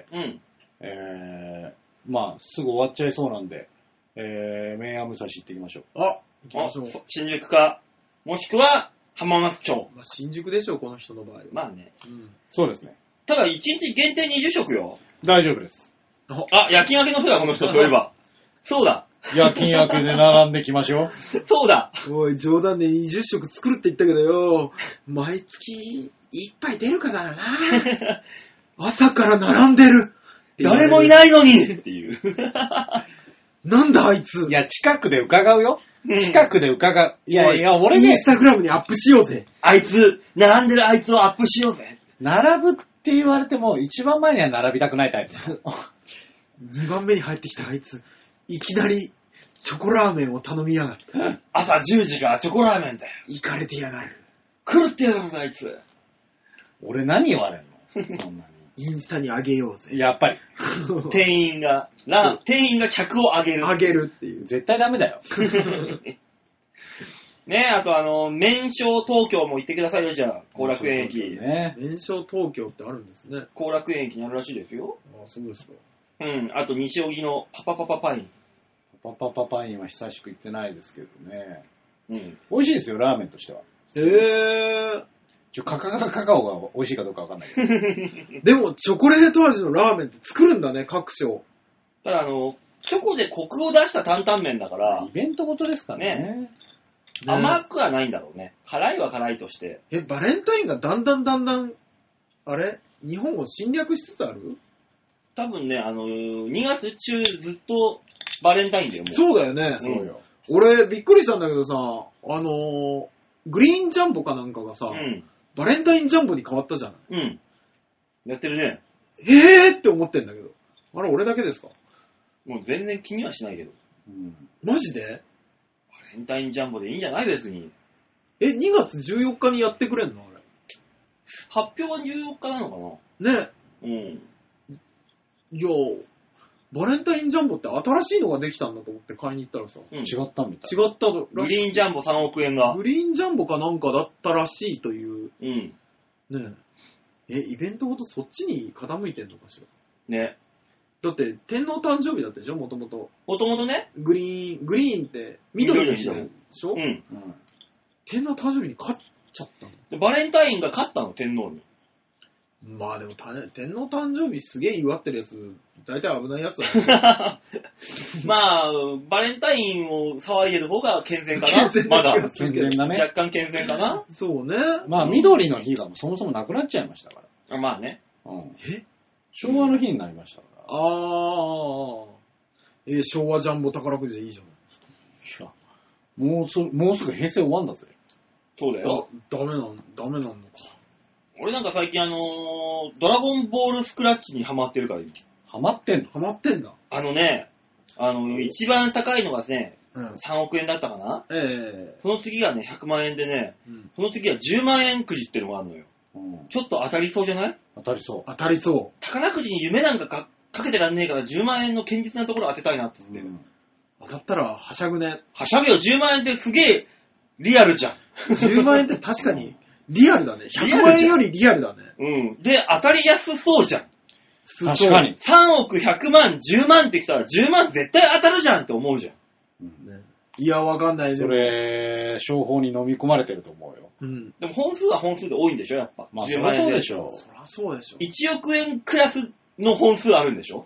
まあ、すぐ終わっちゃいそうなんで、麺屋武蔵行ってきましょう。 行きましょう。 新宿か、 もしくは浜松町。 まあ、新宿でしょう、この人の場合は。 まあね。 うん。 そうですね。 ただ1日限定20食よ。 大丈夫です。 あ、夜勤明けの日だ、この人、そういえば。そうだ。 夜勤明けで並んできましょう。 そうだ。 おい、冗談で20食作るって言ったけどよ、毎月1杯出るかな朝から並んでる。 誰もいないのにっていう。 なんだあいつ。 いや、近くで伺うよ。近くで伺う。いやいや、俺ね。 インスタグラムにアップしようぜ。 あいつ、並んでるあいつをアップしようぜ。 並ぶって言われても、一番前には並びたくないタイプ。 2番目に入ってきたあいつ、いきなりチョコラーメンを頼みやがった。 朝10時からチョコラーメンだよ。 イかれてやがる。 狂ってやがるぞ、あいつ。 俺何言われんのそんなに。 インスタにあげようぜ。 やっぱり。 店員が客をあげる。 あげるっていう。 絶対ダメだよ。 ねえ、あと麺匠東京も行ってくださいよ、じゃあ。後楽園駅。 ね。 麺匠東京ってあるんですね。 後楽園駅にあるらしいですよ。 ああ、そうですか。 うん。あと西荻のパパパパパイン。 パパパパインは久しく行ってないですけどね。 うん。 美味しいですよ、ラーメンとしては。カカオが美味しいかどうかわかんないけど。 でも、チョコレート味のラーメンって作るんだね、各所。 ただチョコでコクを出した担々麺だから、 イベントごとですからね。 ね甘くはないんだろうね。辛いは辛いとして。 バレンタインがだんだん、あれ日本を侵略しつつある？ 多分ね、2月中ずっとバレンタインだよ、もう。 そうだよね。 そうよ。 俺、びっくりしたんだけどさ、グリーンジャンボかなんかがさ、 うん。 バレンタインジャンボに変わったじゃん。 うん。やってるね。 って思ってんだけど。あれ、俺だけですか？ もう全然気にはしないけど。 うん、 マジで？ バレンタインジャンボでいいんじゃない別に。 2月14日にやってくれんのあれ。 発表は14日なのかね。 な。うん。 いや、バレンタインジャンボって新しいのができたんだと思って買いに行ったらさ、 うん、 違ったみたい。 違ったらしい。 グリーンジャンボ3億円が。 グリーンジャンボかなんかだったらしいという。 うん。 ねえ。イベントごとそっちに傾いてんのかしら。 ね。 だって、天皇誕生日だったでしょ、もともと。 もともとね。 グリーンって緑の日でしょ、 うん。 天皇誕生日に勝っちゃったの。 でバレンタインが勝ったの、天皇に。 まあでも、天皇誕生日すげえ祝ってるやつ、大体危ないやつだ、ね、 まあ、バレンタインを騒いでる方が健全かな。まだ。 健全だね。 若干健全かな。 そうね。 まあ、緑の日がそもそもなくなっちゃいましたから。 まあね。 うん、昭和の日になりましたから。 昭和ジャンボ宝くじでいいじゃん。 いや、もうすぐ平成終わんだぜ。 そうだよ。 ダメなんのか。 俺なんか最近ドラゴンボールスクラッチにハマってるから。 ハマってんの？ ハマってんだ。 一番高いのがね、 うん、 3億円だったかな。 その次がね、100万円でね、 うん、 その次は10万円くじってのがあるのよ。うん、ちょっと当たりそうじゃない？ 当たりそう。 宝くじに夢なんかかけてらんねえから10万円の堅実なところ当てたいなって言って。 当たったらはしゃぐね。 はしゃぐよ、10万円ってすげえリアルじゃん。 10万円って確かにリアルだね。100万円よりリアルだね。 うん。で、当たりやすそうじゃん。 確かに。 3億100万、10万ってきたら10万絶対当たるじゃんって思うじゃん。 うんね、いや、わかんない。 それ、商法に飲み込まれてると思うよ。 うん。 でも本数は本数で多いんでしょ、やっぱ。 まあ、そりゃそうでしょ。 そりゃそうでしょ。 1億円クラスの本数あるんでしょ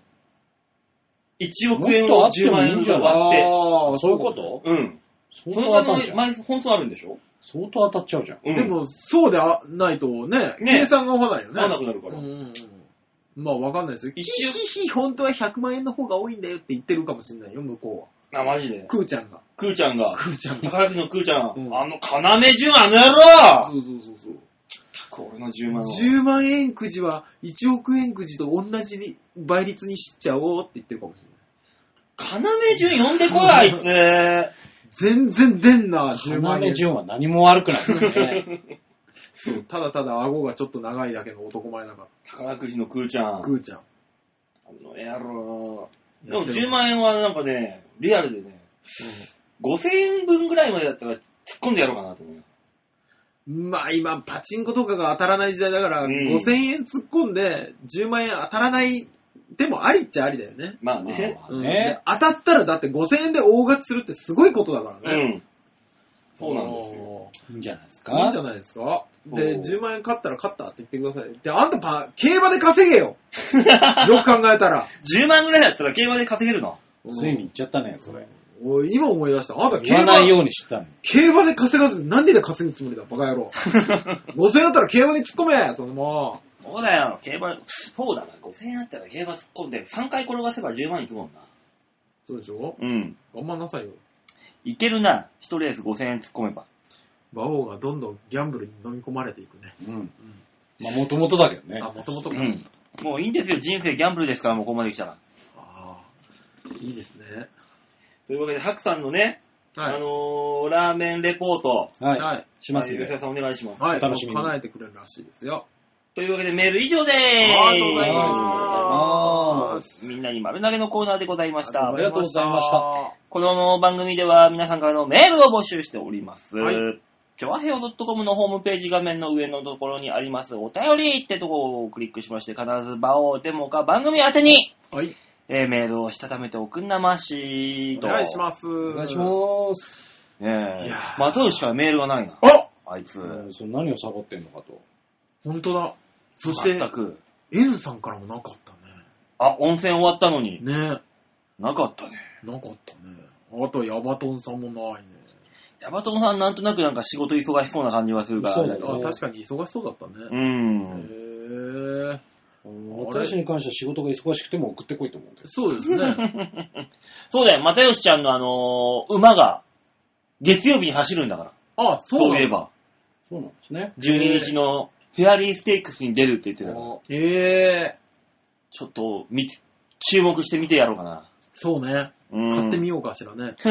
?1 億円を10万円で割って。 ああ、そういうこと？ うん。 その本数あるんでしょ？ 相当当たっちゃうじゃん。 うん、でも、そうでないとね、計算が合わないよね。 合わなくなるから。 まあ、わかんないですよ。本当は100万円の方が多いんだよって言ってるかもしれないよ、向こうは。 あ、マジで。 クーちゃんが。 宝くじのクーちゃん。 うん、 要潤あの野郎！ そう。 俺の10万円。 10万円くじは1億円くじと同じ倍率にしちゃおうって言ってるかもしれない。 要潤呼んでこい、あいつ。 全然出んな、10万円。 要潤は何も悪くないね。 そう、ただただ顎がちょっと長いだけの男前だから。 宝くじのクーちゃん。あの野郎。でも10万円はなんかね、リアルでね、5000円分ぐらいまでだったら突っ込んでやろうかなと思う。 まあ今、パチンコとかが当たらない時代だから、5000円突っ込んで、10万円当たらない、でもありっちゃありだよね。 まあね。 当たったらだって5000円で大勝ちするってすごいことだからね。 そうなんですよ。 いいんじゃないですか。 いいんじゃないですか。で、10万円勝ったら勝ったって言ってください。で、あんた競馬で稼げよ。よく考えたら。 10万ぐらいだったら競馬で稼げるの。 ついに言っちゃったね、それ。 おい、今思い出した。あんた言わないようにしたの。 競馬で稼がず何で稼ぐつもりだ、バカ野郎。5000円だったら競馬に突っ込め、そのもう。そうだよ、競馬、そうだな、5000円あったら競馬突っ込んで、3回転がせば10万いくもんな。 そうでしょ。 うん。 頑張んなさいよ。 いけるな、1レース5000円突っ込めば。 馬王がどんどんギャンブルに飲み込まれていくね。 うん。まあ、もともとだけどね。 あ、もともとか。 うん。もういいんですよ、人生ギャンブルですから、もうここまで来たら。 ああ、いいですね。 というわけで、ハクさんのね、 はい、 ラーメンレポート。 はい。しますね。 吉田さんお願いします。 はい。 お楽しみに。 叶えてくれるらしいですよ。 というわけでメール以上でーす。 ありがとうございます。 みんなに丸投げのコーナーでございました。 ありがとうございました。 この番組では皆さんからのメールを募集しております。 はい。 ちょわへお .com のホームページ画面の上のところにありますお便りってところをクリックしまして、必ず場をデモか番組宛てに、 はい。 メールをしたためておくんなましと。 お願いします。 お願いします。 ねえ。まとうしかメールがないな。あいつ。 それ何をサボってんのかと。 本当だ。そして、 全く。 N さんからもなかったね。 あ、温泉終わったのに。 ねなかったね。 なかったね。あと、ヤバトンさんもないね。 ヤバトンさんなんとなくなんか仕事忙しそうな感じがするから。 そうだね。 確かに忙しそうだったね。 うん。 私に関しては仕事が忙しくても送ってこいと思うんです。 そうですね。 そうだよ、又吉ちゃんの馬が月曜日に走るんだから。 あ、そういえば。 そうなんですね。 12日のフェアリーステークスに出るって言ってたから。ちょっと注目して見てやろうかな。 そうね。買ってみようかしらね。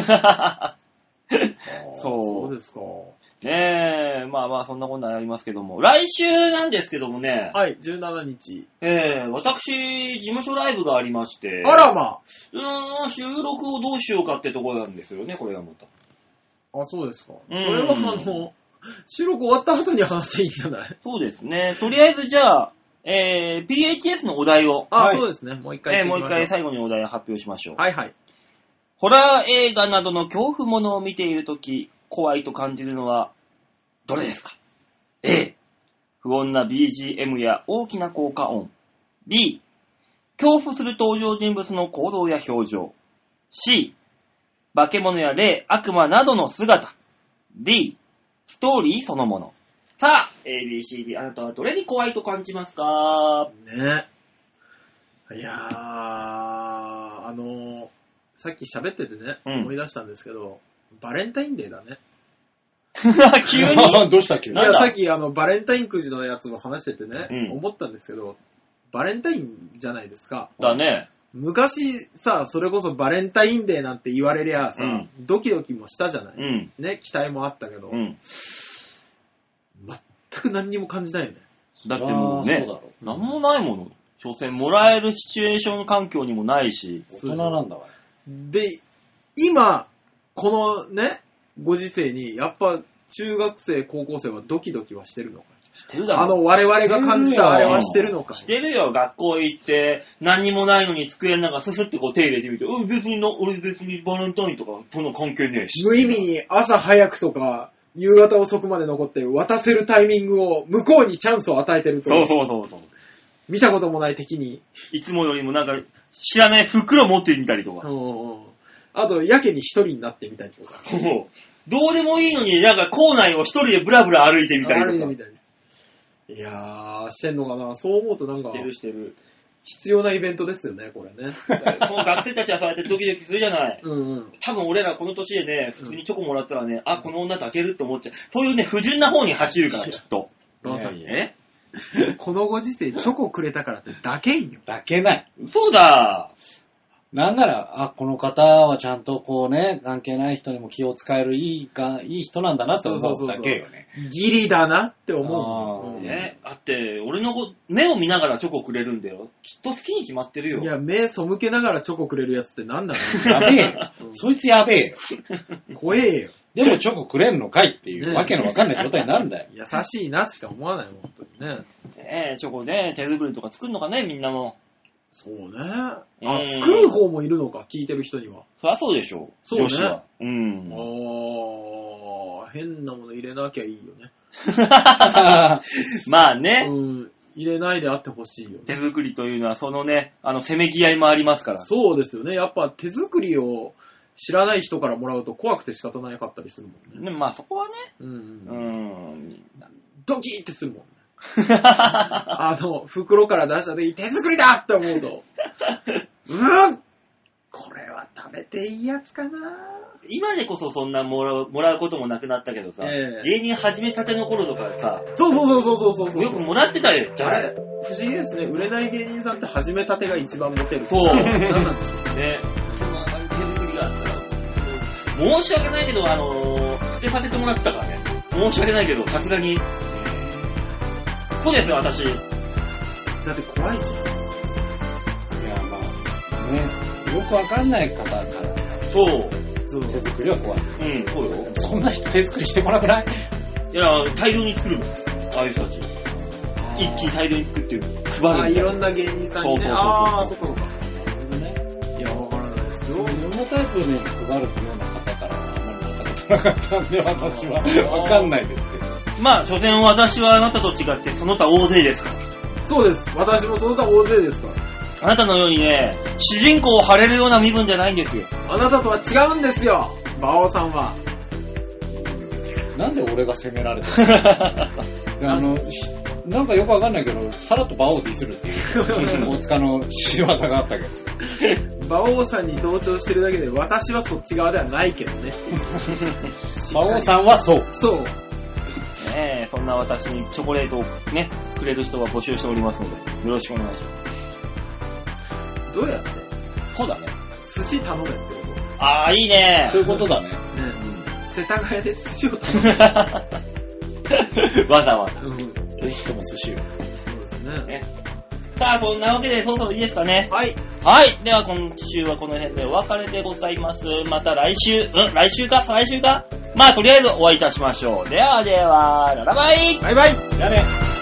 そうですか。 ねえ、まあまあそんなことありますけども。来週なんですけどもね。 はい、17日。 私、事務所ライブがありまして。 あらま収録をどうしようかってところなんですよね、これがまた。 あ、そうですか。それは収録終わった後に話していいんじゃない？ そうですね。とりあえずじゃあ、PHS のお題を。 あ、そうですね。もう一回。 もう一回最後にお題を発表しましょう。 はいはい。 ホラー映画などの恐怖ものを見ているとき、怖いと感じるのは、どれですか？ A、不穏な BGM や大きな効果音。B、恐怖する登場人物の行動や表情。C、化け物や霊、悪魔などの姿。D、ストーリーそのもの。さあ、ABCD、あなたはどれに怖いと感じますか？ ね。いやさっき喋っててね、思い出したんですけど、バレンタインデーだね。 急にどうしたっけ？ いや、さっきバレンタインくじのやつを話しててね、思ったんですけど、バレンタインじゃないですか。 だね。 昔さ、それこそバレンタインデーなんて言われりゃさ、ドキドキもしたじゃない、ね、期待もあったけど、全く何にも感じないよね。 だってもうね、何もないもの。所詮もらえるシチュエーション環境にもないし。 大人なんだわ。 で、今、このね、ご時世に、やっぱ中学生、高校生はドキドキはしてるのか。 してるだろ。 我々が感じたあれはしてるのか。 してるよ、学校行って、何にもないのに机の中ススってこう手入れてみて、俺別にバレンタインとかそんな関係ねえし。 無意味に朝早くとか、夕方遅くまで残って渡せるタイミングを向こうにチャンスを与えてると。 そう。 見たこともない敵に。 いつもよりもなんか知らない袋持ってみたりとか。 あと、やけに一人になってみたりとか。 どうでもいいのになんか校内を一人でブラブラ歩いてみたりとか。 いやー、してんのかな。そう思うとなんか。 してる。 必要なイベントですよね、これね。 その学生たちはそうやってドキドキするじゃない。多分俺らこの年でね、普通にチョコもらったらね、あ、この女と開けるって思っちゃう。そういうね、不純な方に走るから、きっと。 バオさん、このご時世チョコくれたからって抱けんよ。 抱けない。 そうだ。 なんなら、この方はちゃんとこうね、関係ない人にも気を使えるいい人なんだなって思うだけよね。 ギリだなって思う。 だって、俺の目を見ながらチョコくれるんだよ。きっと好きに決まってるよ。 いや、目背けながらチョコくれるやつって何なの？ やべえよ。そいつやべえよ。 怖えよ。 でもチョコくれんのかいっていうわけのわかんない状態になるんだよ。 優しいなしか思わないもん、本当にね。 チョコね、手作りとか作るのかね、みんなも。 そうね。作る方もいるのか、聞いてる人には。 そりゃそうでしょう。 そうね。 女子は。 変なもの入れなきゃいいよね。 まあね。 入れないであってほしいよね。 手作りというのは、そのね、せめぎ合いもありますから。 そうですよね。やっぱ手作りを知らない人からもらうと怖くて仕方なかったりするもんね。 まあそこはね。 ドキーってするもんね。袋から出した時手作りだって思うと、これは食べていいやつかな。 今でこそそんなもらうこともなくなったけどさ、芸人始めたての頃とかさ、 そうよくもらってたよ。 不思議ですね。売れない芸人さんって始めたてが一番モテる。 そう。 なんなんでしょうね。そんな手作りがあったら、申し訳ないけど、捨てさせてもらってたからね。申し訳ないけど、さすがに。そうですよ、私。 だって怖いじゃん。 いや、まあ、ね。よくわかんない方から。 そう。 手作りは怖い。 そうよ。 そんな人手作りしてこなくない？ いや、大量に作るの。ああいう人たち。一気に大量に作ってる。配る。 いろんな芸人さんにね。そっか。 なるほどね。 いや、わからないですよ。 いろんなタイプに配るような方からはあんまり分かってなかったんで、私は。わかんないですけど。 まあ、所詮私はあなたと違ってその他大勢ですから。 そうです。私もその他大勢ですから。 あなたのようにね、主人公を張れるような身分じゃないんですよ。 あなたとは違うんですよ、馬王さんは。 なんで俺が責められたの？なんかよくわかんないけど、さらっと馬王ディスるっていう大塚の仕業があったけど。 馬王さんに同調してるだけで、私はそっち側ではないけどね。 馬王さんはそう。 そう。 ねえ、そんな私にチョコレートをね、くれる人は募集しておりますので、よろしくお願いします。 どうやって？ そうだね。 寿司頼めってこと？ ああ、いいね。 そういうことだね。 世田谷で寿司を頼む。 わざわざ。 ぜひとも寿司を。 そうですね。 さあ、そんなわけで、そろそろいいですかね。 はい。 はい。では、今週はこの辺でお別れでございます。また来週、来週か再来週かまあ、とりあえずお会いいたしましょう。ではでは、ララバイ。 バイバイ。 じゃあね。